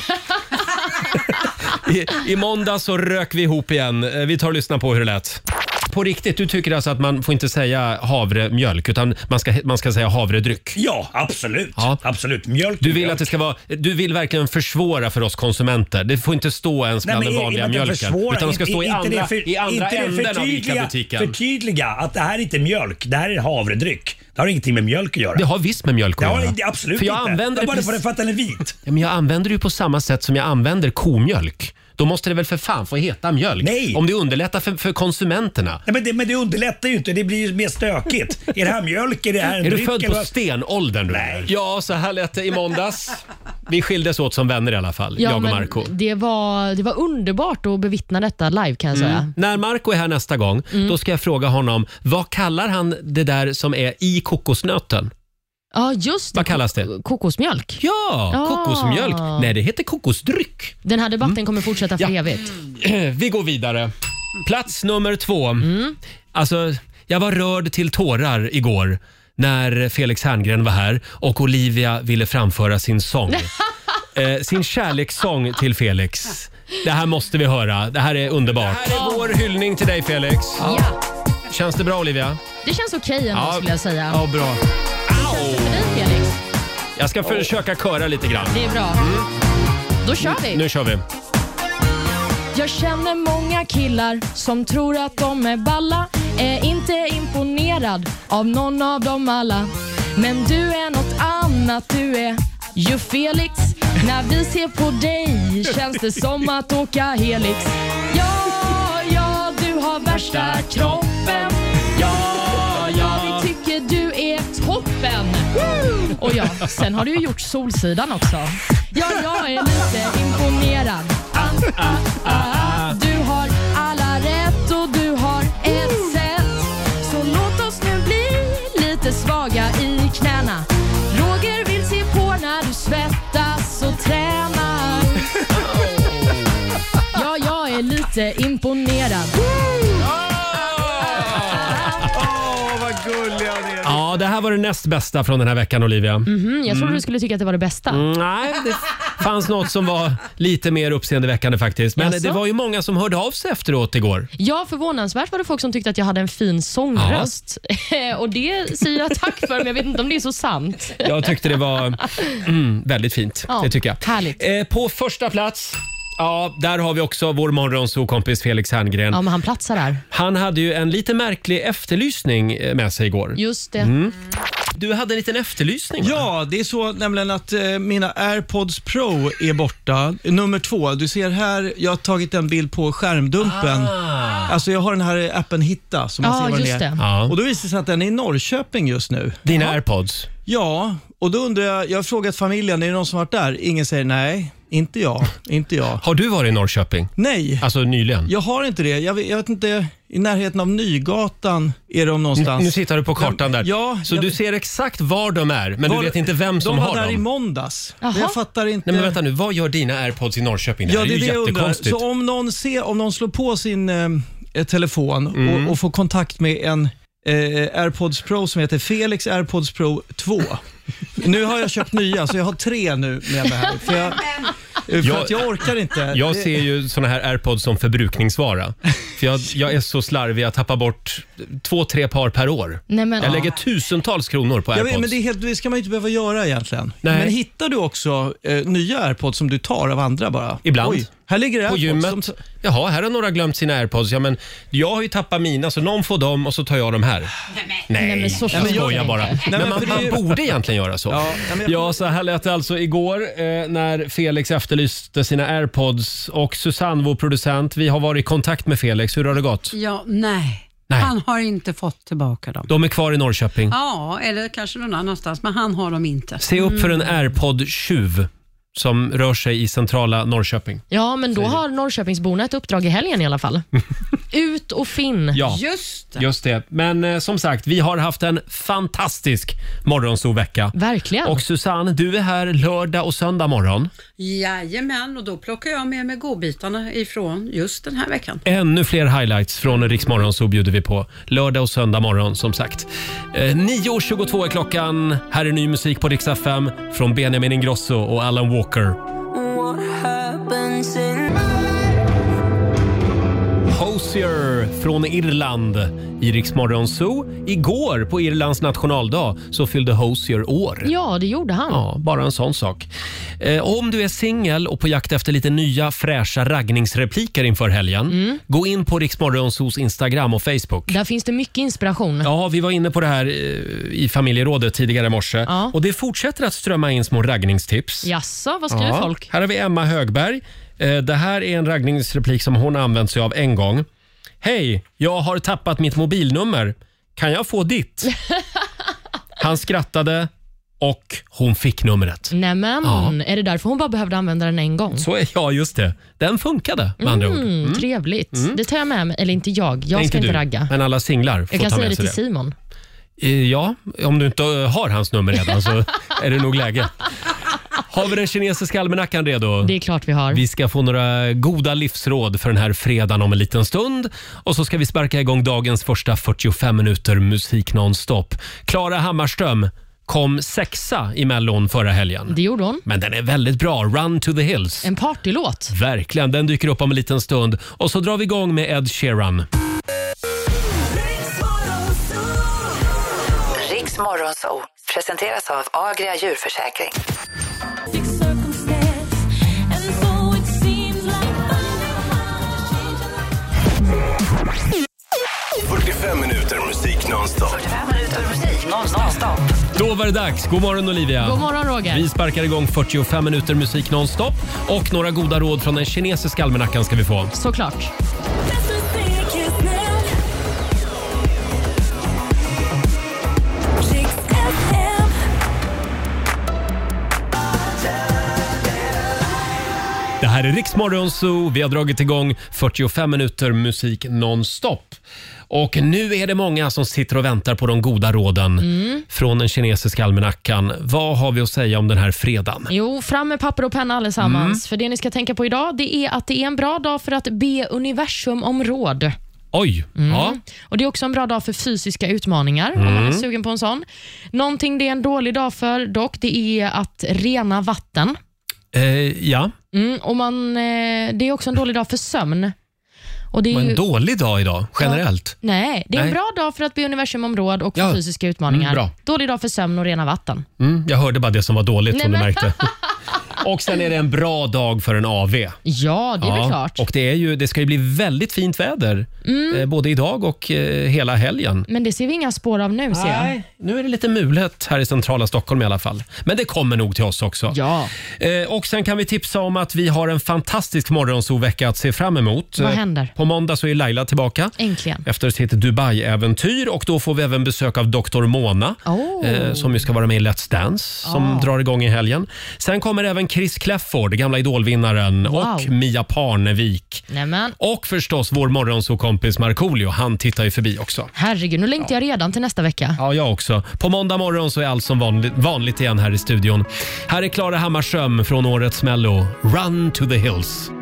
I måndag så rök vi ihop igen. Vi tar och lyssnar på hur det lät. På riktigt, du tycker alltså att man får inte säga havremjölk utan man ska säga havredryck? Ja, absolut. Ja. Absolut. Mjölk. Du vill verkligen försvåra för oss konsumenter. Det får inte stå ens bland den vanliga mjölken. Utan det ska stå i andra änden av ICA-butiken. Förtydliga att det här är inte mjölk, det här är havredryck. Det har ingenting med mjölk att göra. Det har visst med mjölk att göra. Ja, absolut för jag inte. Det är bara för att den är vit. Ja, men jag använder det på samma sätt som jag använder komjölk. Då måste det väl för fan få heta mjölk? Nej. Om det underlättar för konsumenterna. Nej, men det underlättar ju inte. Det blir ju mer stökigt. Är det här mjölk? Är det här en Är dryck? du född på stenåldern? Nej. Ja, så här lät det i måndags. Vi skildes åt som vänner i alla fall, jag och Marco. Det var underbart att bevittna detta live kan jag säga. När Marco är här nästa gång, då ska jag fråga honom, vad kallar han det där som är i kokosnöten? Ja, just det. Vad kallas det? Kokosmjölk. Ja, kokosmjölk. Nej, det heter kokosdryck. Den här debatten kommer fortsätta för evigt. Vi går vidare. Plats nummer 2. Alltså, jag var rörd till tårar igår när Felix Herngren var här och Olivia ville framföra sin sång. Sin kärlekssång till Felix. Det här måste vi höra. Det här är underbart. Det här är vår hyllning till dig, Felix. Ja. Känns det bra, Olivia? Det känns okej ändå, skulle jag säga. Ja, bra. Känns det för dig, Felix? Jag ska försöka köra lite grann. Det är bra. Då kör vi. Nu kör vi. Jag känner många killar som tror att de är balla. Är inte imponerad av någon av dem alla. Men du är något annat, du är ju Felix. När vi ser på dig känns det som att åka helix. Ja, du har värsta kroppen. Ja, vi tycker du är toppen. Och ja, sen har du ju gjort Solsidan också. Ja, jag är lite imponerad. Du har alla rätt och du har ett sätt. Så låt oss nu bli lite svaga i knäna. Roger vill se på när du svettas och tränar. Ja, jag är lite imponerad. Ja, det här var det näst bästa från den här veckan, Olivia. Jag trodde du skulle tycka att det var det bästa. Nej, det fanns något som var lite mer uppseendeväckande faktiskt. Men det var ju många som hörde av sig efteråt igår. Ja, förvånansvärt var det folk som tyckte att jag hade en fin sångröst. Och det säger jag tack för, men jag vet inte om det är så sant. Jag tyckte det var väldigt fint. Ja, det tycker jag. Härligt. På första plats... Ja, där har vi också vår morgonsokompis Felix Herngren. Ja, men han platsar där. Han hade ju en lite märklig efterlysning med sig igår. Just det. Du hade en liten efterlysning, va? Ja, det är så nämligen att mina AirPods Pro är borta. Nummer 2, du ser här, jag har tagit en bild på skärmdumpen. Alltså jag har den här appen Hitta som man ser vad den är. Ja. Och då visar det sig att den är i Norrköping just nu. Dina AirPods? Ja, och då undrar jag har frågat familjen, är det någon som varit där? Ingen säger nej. Inte jag. Har du varit i Norrköping? Nej. Alltså nyligen? Jag har inte det. Jag vet inte, i närheten av Nygatan är de någonstans. Nu tittar du på kartan där. Ja, så du ser exakt var de är, men du vet inte vem som har dem. De var där i måndags. Jag fattar inte. Nej, men vänta nu, vad gör dina AirPods i Norrköping? Det här är ju jättekonstigt. Så om någon slår på sin telefon och får kontakt med en AirPods Pro som heter Felix AirPods Pro 2. Nu har jag köpt nya, så jag har 3 nu med mig här. För att jag orkar inte. Jag ser ju såna här AirPods som förbrukningsvara. För jag är så slarvig, jag tappar bort 2-3 par per år. Jag lägger tusentals kronor på AirPods. Men det ska man ju inte behöva göra egentligen. Nej. Men hittar du också nya AirPods som du tar av andra bara? Ibland. Oj, här ligger på gymmet. Jaha, här har några glömt sina AirPods. Ja, men jag har ju tappat mina, så någon får dem och så tar jag dem här. Nej, men så jag skojar bara. Men man borde egentligen göra så. Ja, så här lät det alltså igår när Felix efterlyste sina AirPods. Och Susanne, vår producent, vi har varit i kontakt med Felix. Hur har det gått? Ja, nej. Han har inte fått tillbaka dem. De är kvar i Norrköping. Ja, eller kanske någon annanstans, men han har dem inte. Se upp för en AirPod-tjuv som rör sig i centrala Norrköping. Ja, men då har Norrköpingsborna ett uppdrag i helgen i alla fall. Ut och Finn. Ja, just det. Men som sagt, vi har haft en fantastisk morgonsovvecka. Verkligen. Och Susanne, du är här lördag och söndag morgon. Jajamän, och då plockar jag med mig godbitarna ifrån just den här veckan. Ännu fler highlights från Rix Morgonzoo bjuder vi på. Lördag och söndag morgon som sagt. 9.22 är klockan. Här är ny musik på Rix FM från Benjamin Ingrosso och Alan Walker. Hozier från Irland i Rix Morgonzoo. Igår på Irlands nationaldag så fyllde Hozier år. Ja, det gjorde han. Ja, bara en sån sak. Om du är singel och på jakt efter lite nya fräscha raggningsrepliker inför helgen, gå in på Rix Morgonzoos Instagram och Facebook. Där finns det mycket inspiration. Ja, vi var inne på det här i familjerådet tidigare i morse. Ja. Och det fortsätter att strömma in små raggningstips. Jaså, vad skriver folk? Här har vi Emma Högberg. Det här är en raggningsreplik som hon har använt sig av en gång. Hej, jag har tappat mitt mobilnummer. Kan jag få ditt? Han skrattade och hon fick numret. Nämen, är det därför hon bara behövde använda den en gång? Ja, just det. Den funkade med andra ord. Trevligt. Det tar jag med mig, eller inte jag. Jag ska inte ragga. Men alla singlar får jag kan ta säga med det sig till Simon. Ja, om du inte har hans nummer redan så är det nog läge. Har vi den kinesiska almanackan redo? Det är klart vi har. Vi ska få några goda livsråd för den här fredagen om en liten stund. Och så ska vi sparka igång dagens första 45 minuter musik nonstop. Klara Hammarström kom 6:a i Mellon förra helgen. Det gjorde hon. Men den är väldigt bra. Run to the Hills. En partylåt. Verkligen, den dyker upp om en liten stund. Och så drar vi igång med Ed Sheeran. Rix Morgonzoo presenteras av Agria djurförsäkring. 45 minuter musik nonstop. 45 minuter musik nonstop. Då var det dags. God morgon Olivia. God morgon Roger. Vi sparkar igång 45 minuter musik nonstop. Och några goda råd från den kinesiska almanackan ska vi få. Såklart. Det här är Rix Morgonzoo. Vi har dragit igång 45 minuter musik nonstop. Och nu är det många som sitter och väntar på de goda råden från den kinesiska almanackan. Vad har vi att säga om den här fredagen? Jo, fram med papper och penna allesammans. För det ni ska tänka på idag, det är att det är en bra dag för att be universum om råd. Oj, ja. Och det är också en bra dag för fysiska utmaningar om man är sugen på en sån. Någonting det är en dålig dag för dock, det är att rena vatten. Ja. Och det är också en dålig dag för sömn. Och det är en dålig dag idag, generellt? Ja, nej, det är en bra dag för att be universum om råd och för fysiska utmaningar. Bra. Dålig dag för sömn och rena vatten. Jag hörde bara det som var dåligt som du märkte. Och sen är det en bra dag för en AV. Ja, det är väl klart. Och det ska ju bli väldigt fint väder. Både idag och hela helgen. Men det ser vi inga spår av nu, ser jag. Nej, nu är det lite mulet här i centrala Stockholm i alla fall. Men det kommer nog till oss också. Ja. Och sen kan vi tipsa om att vi har en fantastisk morgonsovecka att se fram emot. Vad händer? På måndag så är Laila tillbaka. Äntligen. Efter sitt Dubai-äventyr. Och då får vi även besök av Dr. Mona. Som ju ska vara med i Let's Dance. Som drar igång i helgen. Sen kommer även Chris Kläfford, gamla idolvinnaren. Och Mia Parnevik. Nämen. Och förstås vår morgonsovkompis Markoolio. Han tittar ju förbi också. Herregud, nu längtar jag redan till nästa vecka. Ja, jag också. På måndag morgon så är allt som vanligt igen här i studion. Här är Klara Hammarström från årets Mello. Run to the Hills.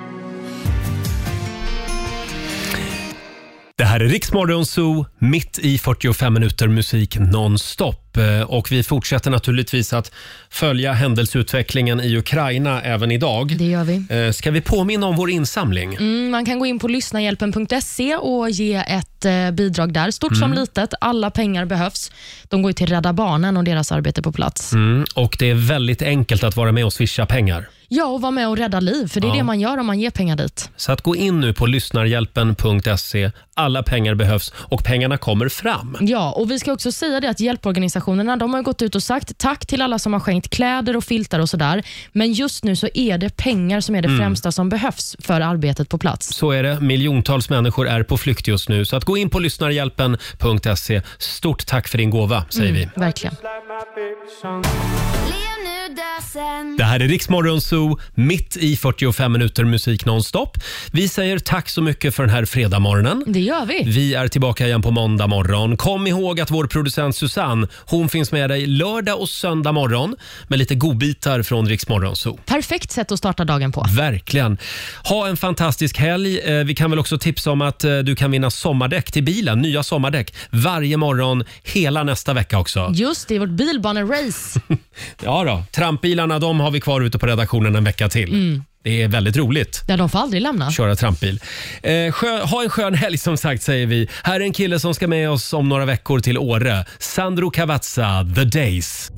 Det här är Rix Morgonzoo, mitt i 45 minuter musik nonstop. Och vi fortsätter naturligtvis att följa händelseutvecklingen i Ukraina även idag. Det gör vi. Ska vi påminna om vår insamling? Man kan gå in på lyssnahjälpen.se och ge ett bidrag där. Stort som litet, alla pengar behövs. De går ju till Rädda Barnen och deras arbete på plats. Och det är väldigt enkelt att vara med och swisha pengar. Ja, och vara med och rädda liv, för det är det man gör om man ger pengar dit. Så att gå in nu på lyssnarhjälpen.se. Alla pengar behövs och pengarna kommer fram. Ja, och vi ska också säga det att hjälporganisationerna, de har gått ut och sagt tack till alla som har skänkt kläder och filtar och sådär. Men just nu så är det pengar som är det främsta som behövs för arbetet på plats. Så är det. Miljontals människor är på flykt just nu. Så att gå in på lyssnarhjälpen.se. Stort tack för din gåva, säger vi. Verkligen. Det här är Rix Morgon Zoo, mitt i 45 minuter musik nonstop. Vi säger tack så mycket för den här fredagmorgonen. Det gör vi. Vi är tillbaka igen på måndag morgon. Kom ihåg att vår producent Susanne, hon finns med dig lördag och söndag morgon med lite godbitar från Rix Morgon Zoo. Perfekt sätt att starta dagen på. Verkligen. Ha en fantastisk helg. Vi kan väl också tipsa om att du kan vinna sommardäck till bilen, nya sommardäck, varje morgon hela nästa vecka också. Just det, i vårt bilbanerace. Ja då, trampbilarna de har vi kvar ute på redaktionen en vecka till. Det är väldigt roligt. Ja, de får aldrig lämna. Köra trampbil. Ha en skön helg som sagt, säger vi. Här är en kille som ska med oss om några veckor till Åre. Sandro Cavazza, The Days.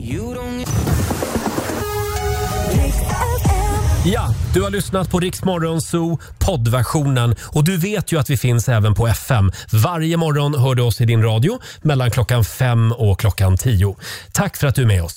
Ja, du har lyssnat på Rix Morgon Zoo poddversionen och du vet ju att vi finns även på FM. Varje morgon hör du oss i din radio mellan klockan 5 och klockan 10. Tack för att du är med oss.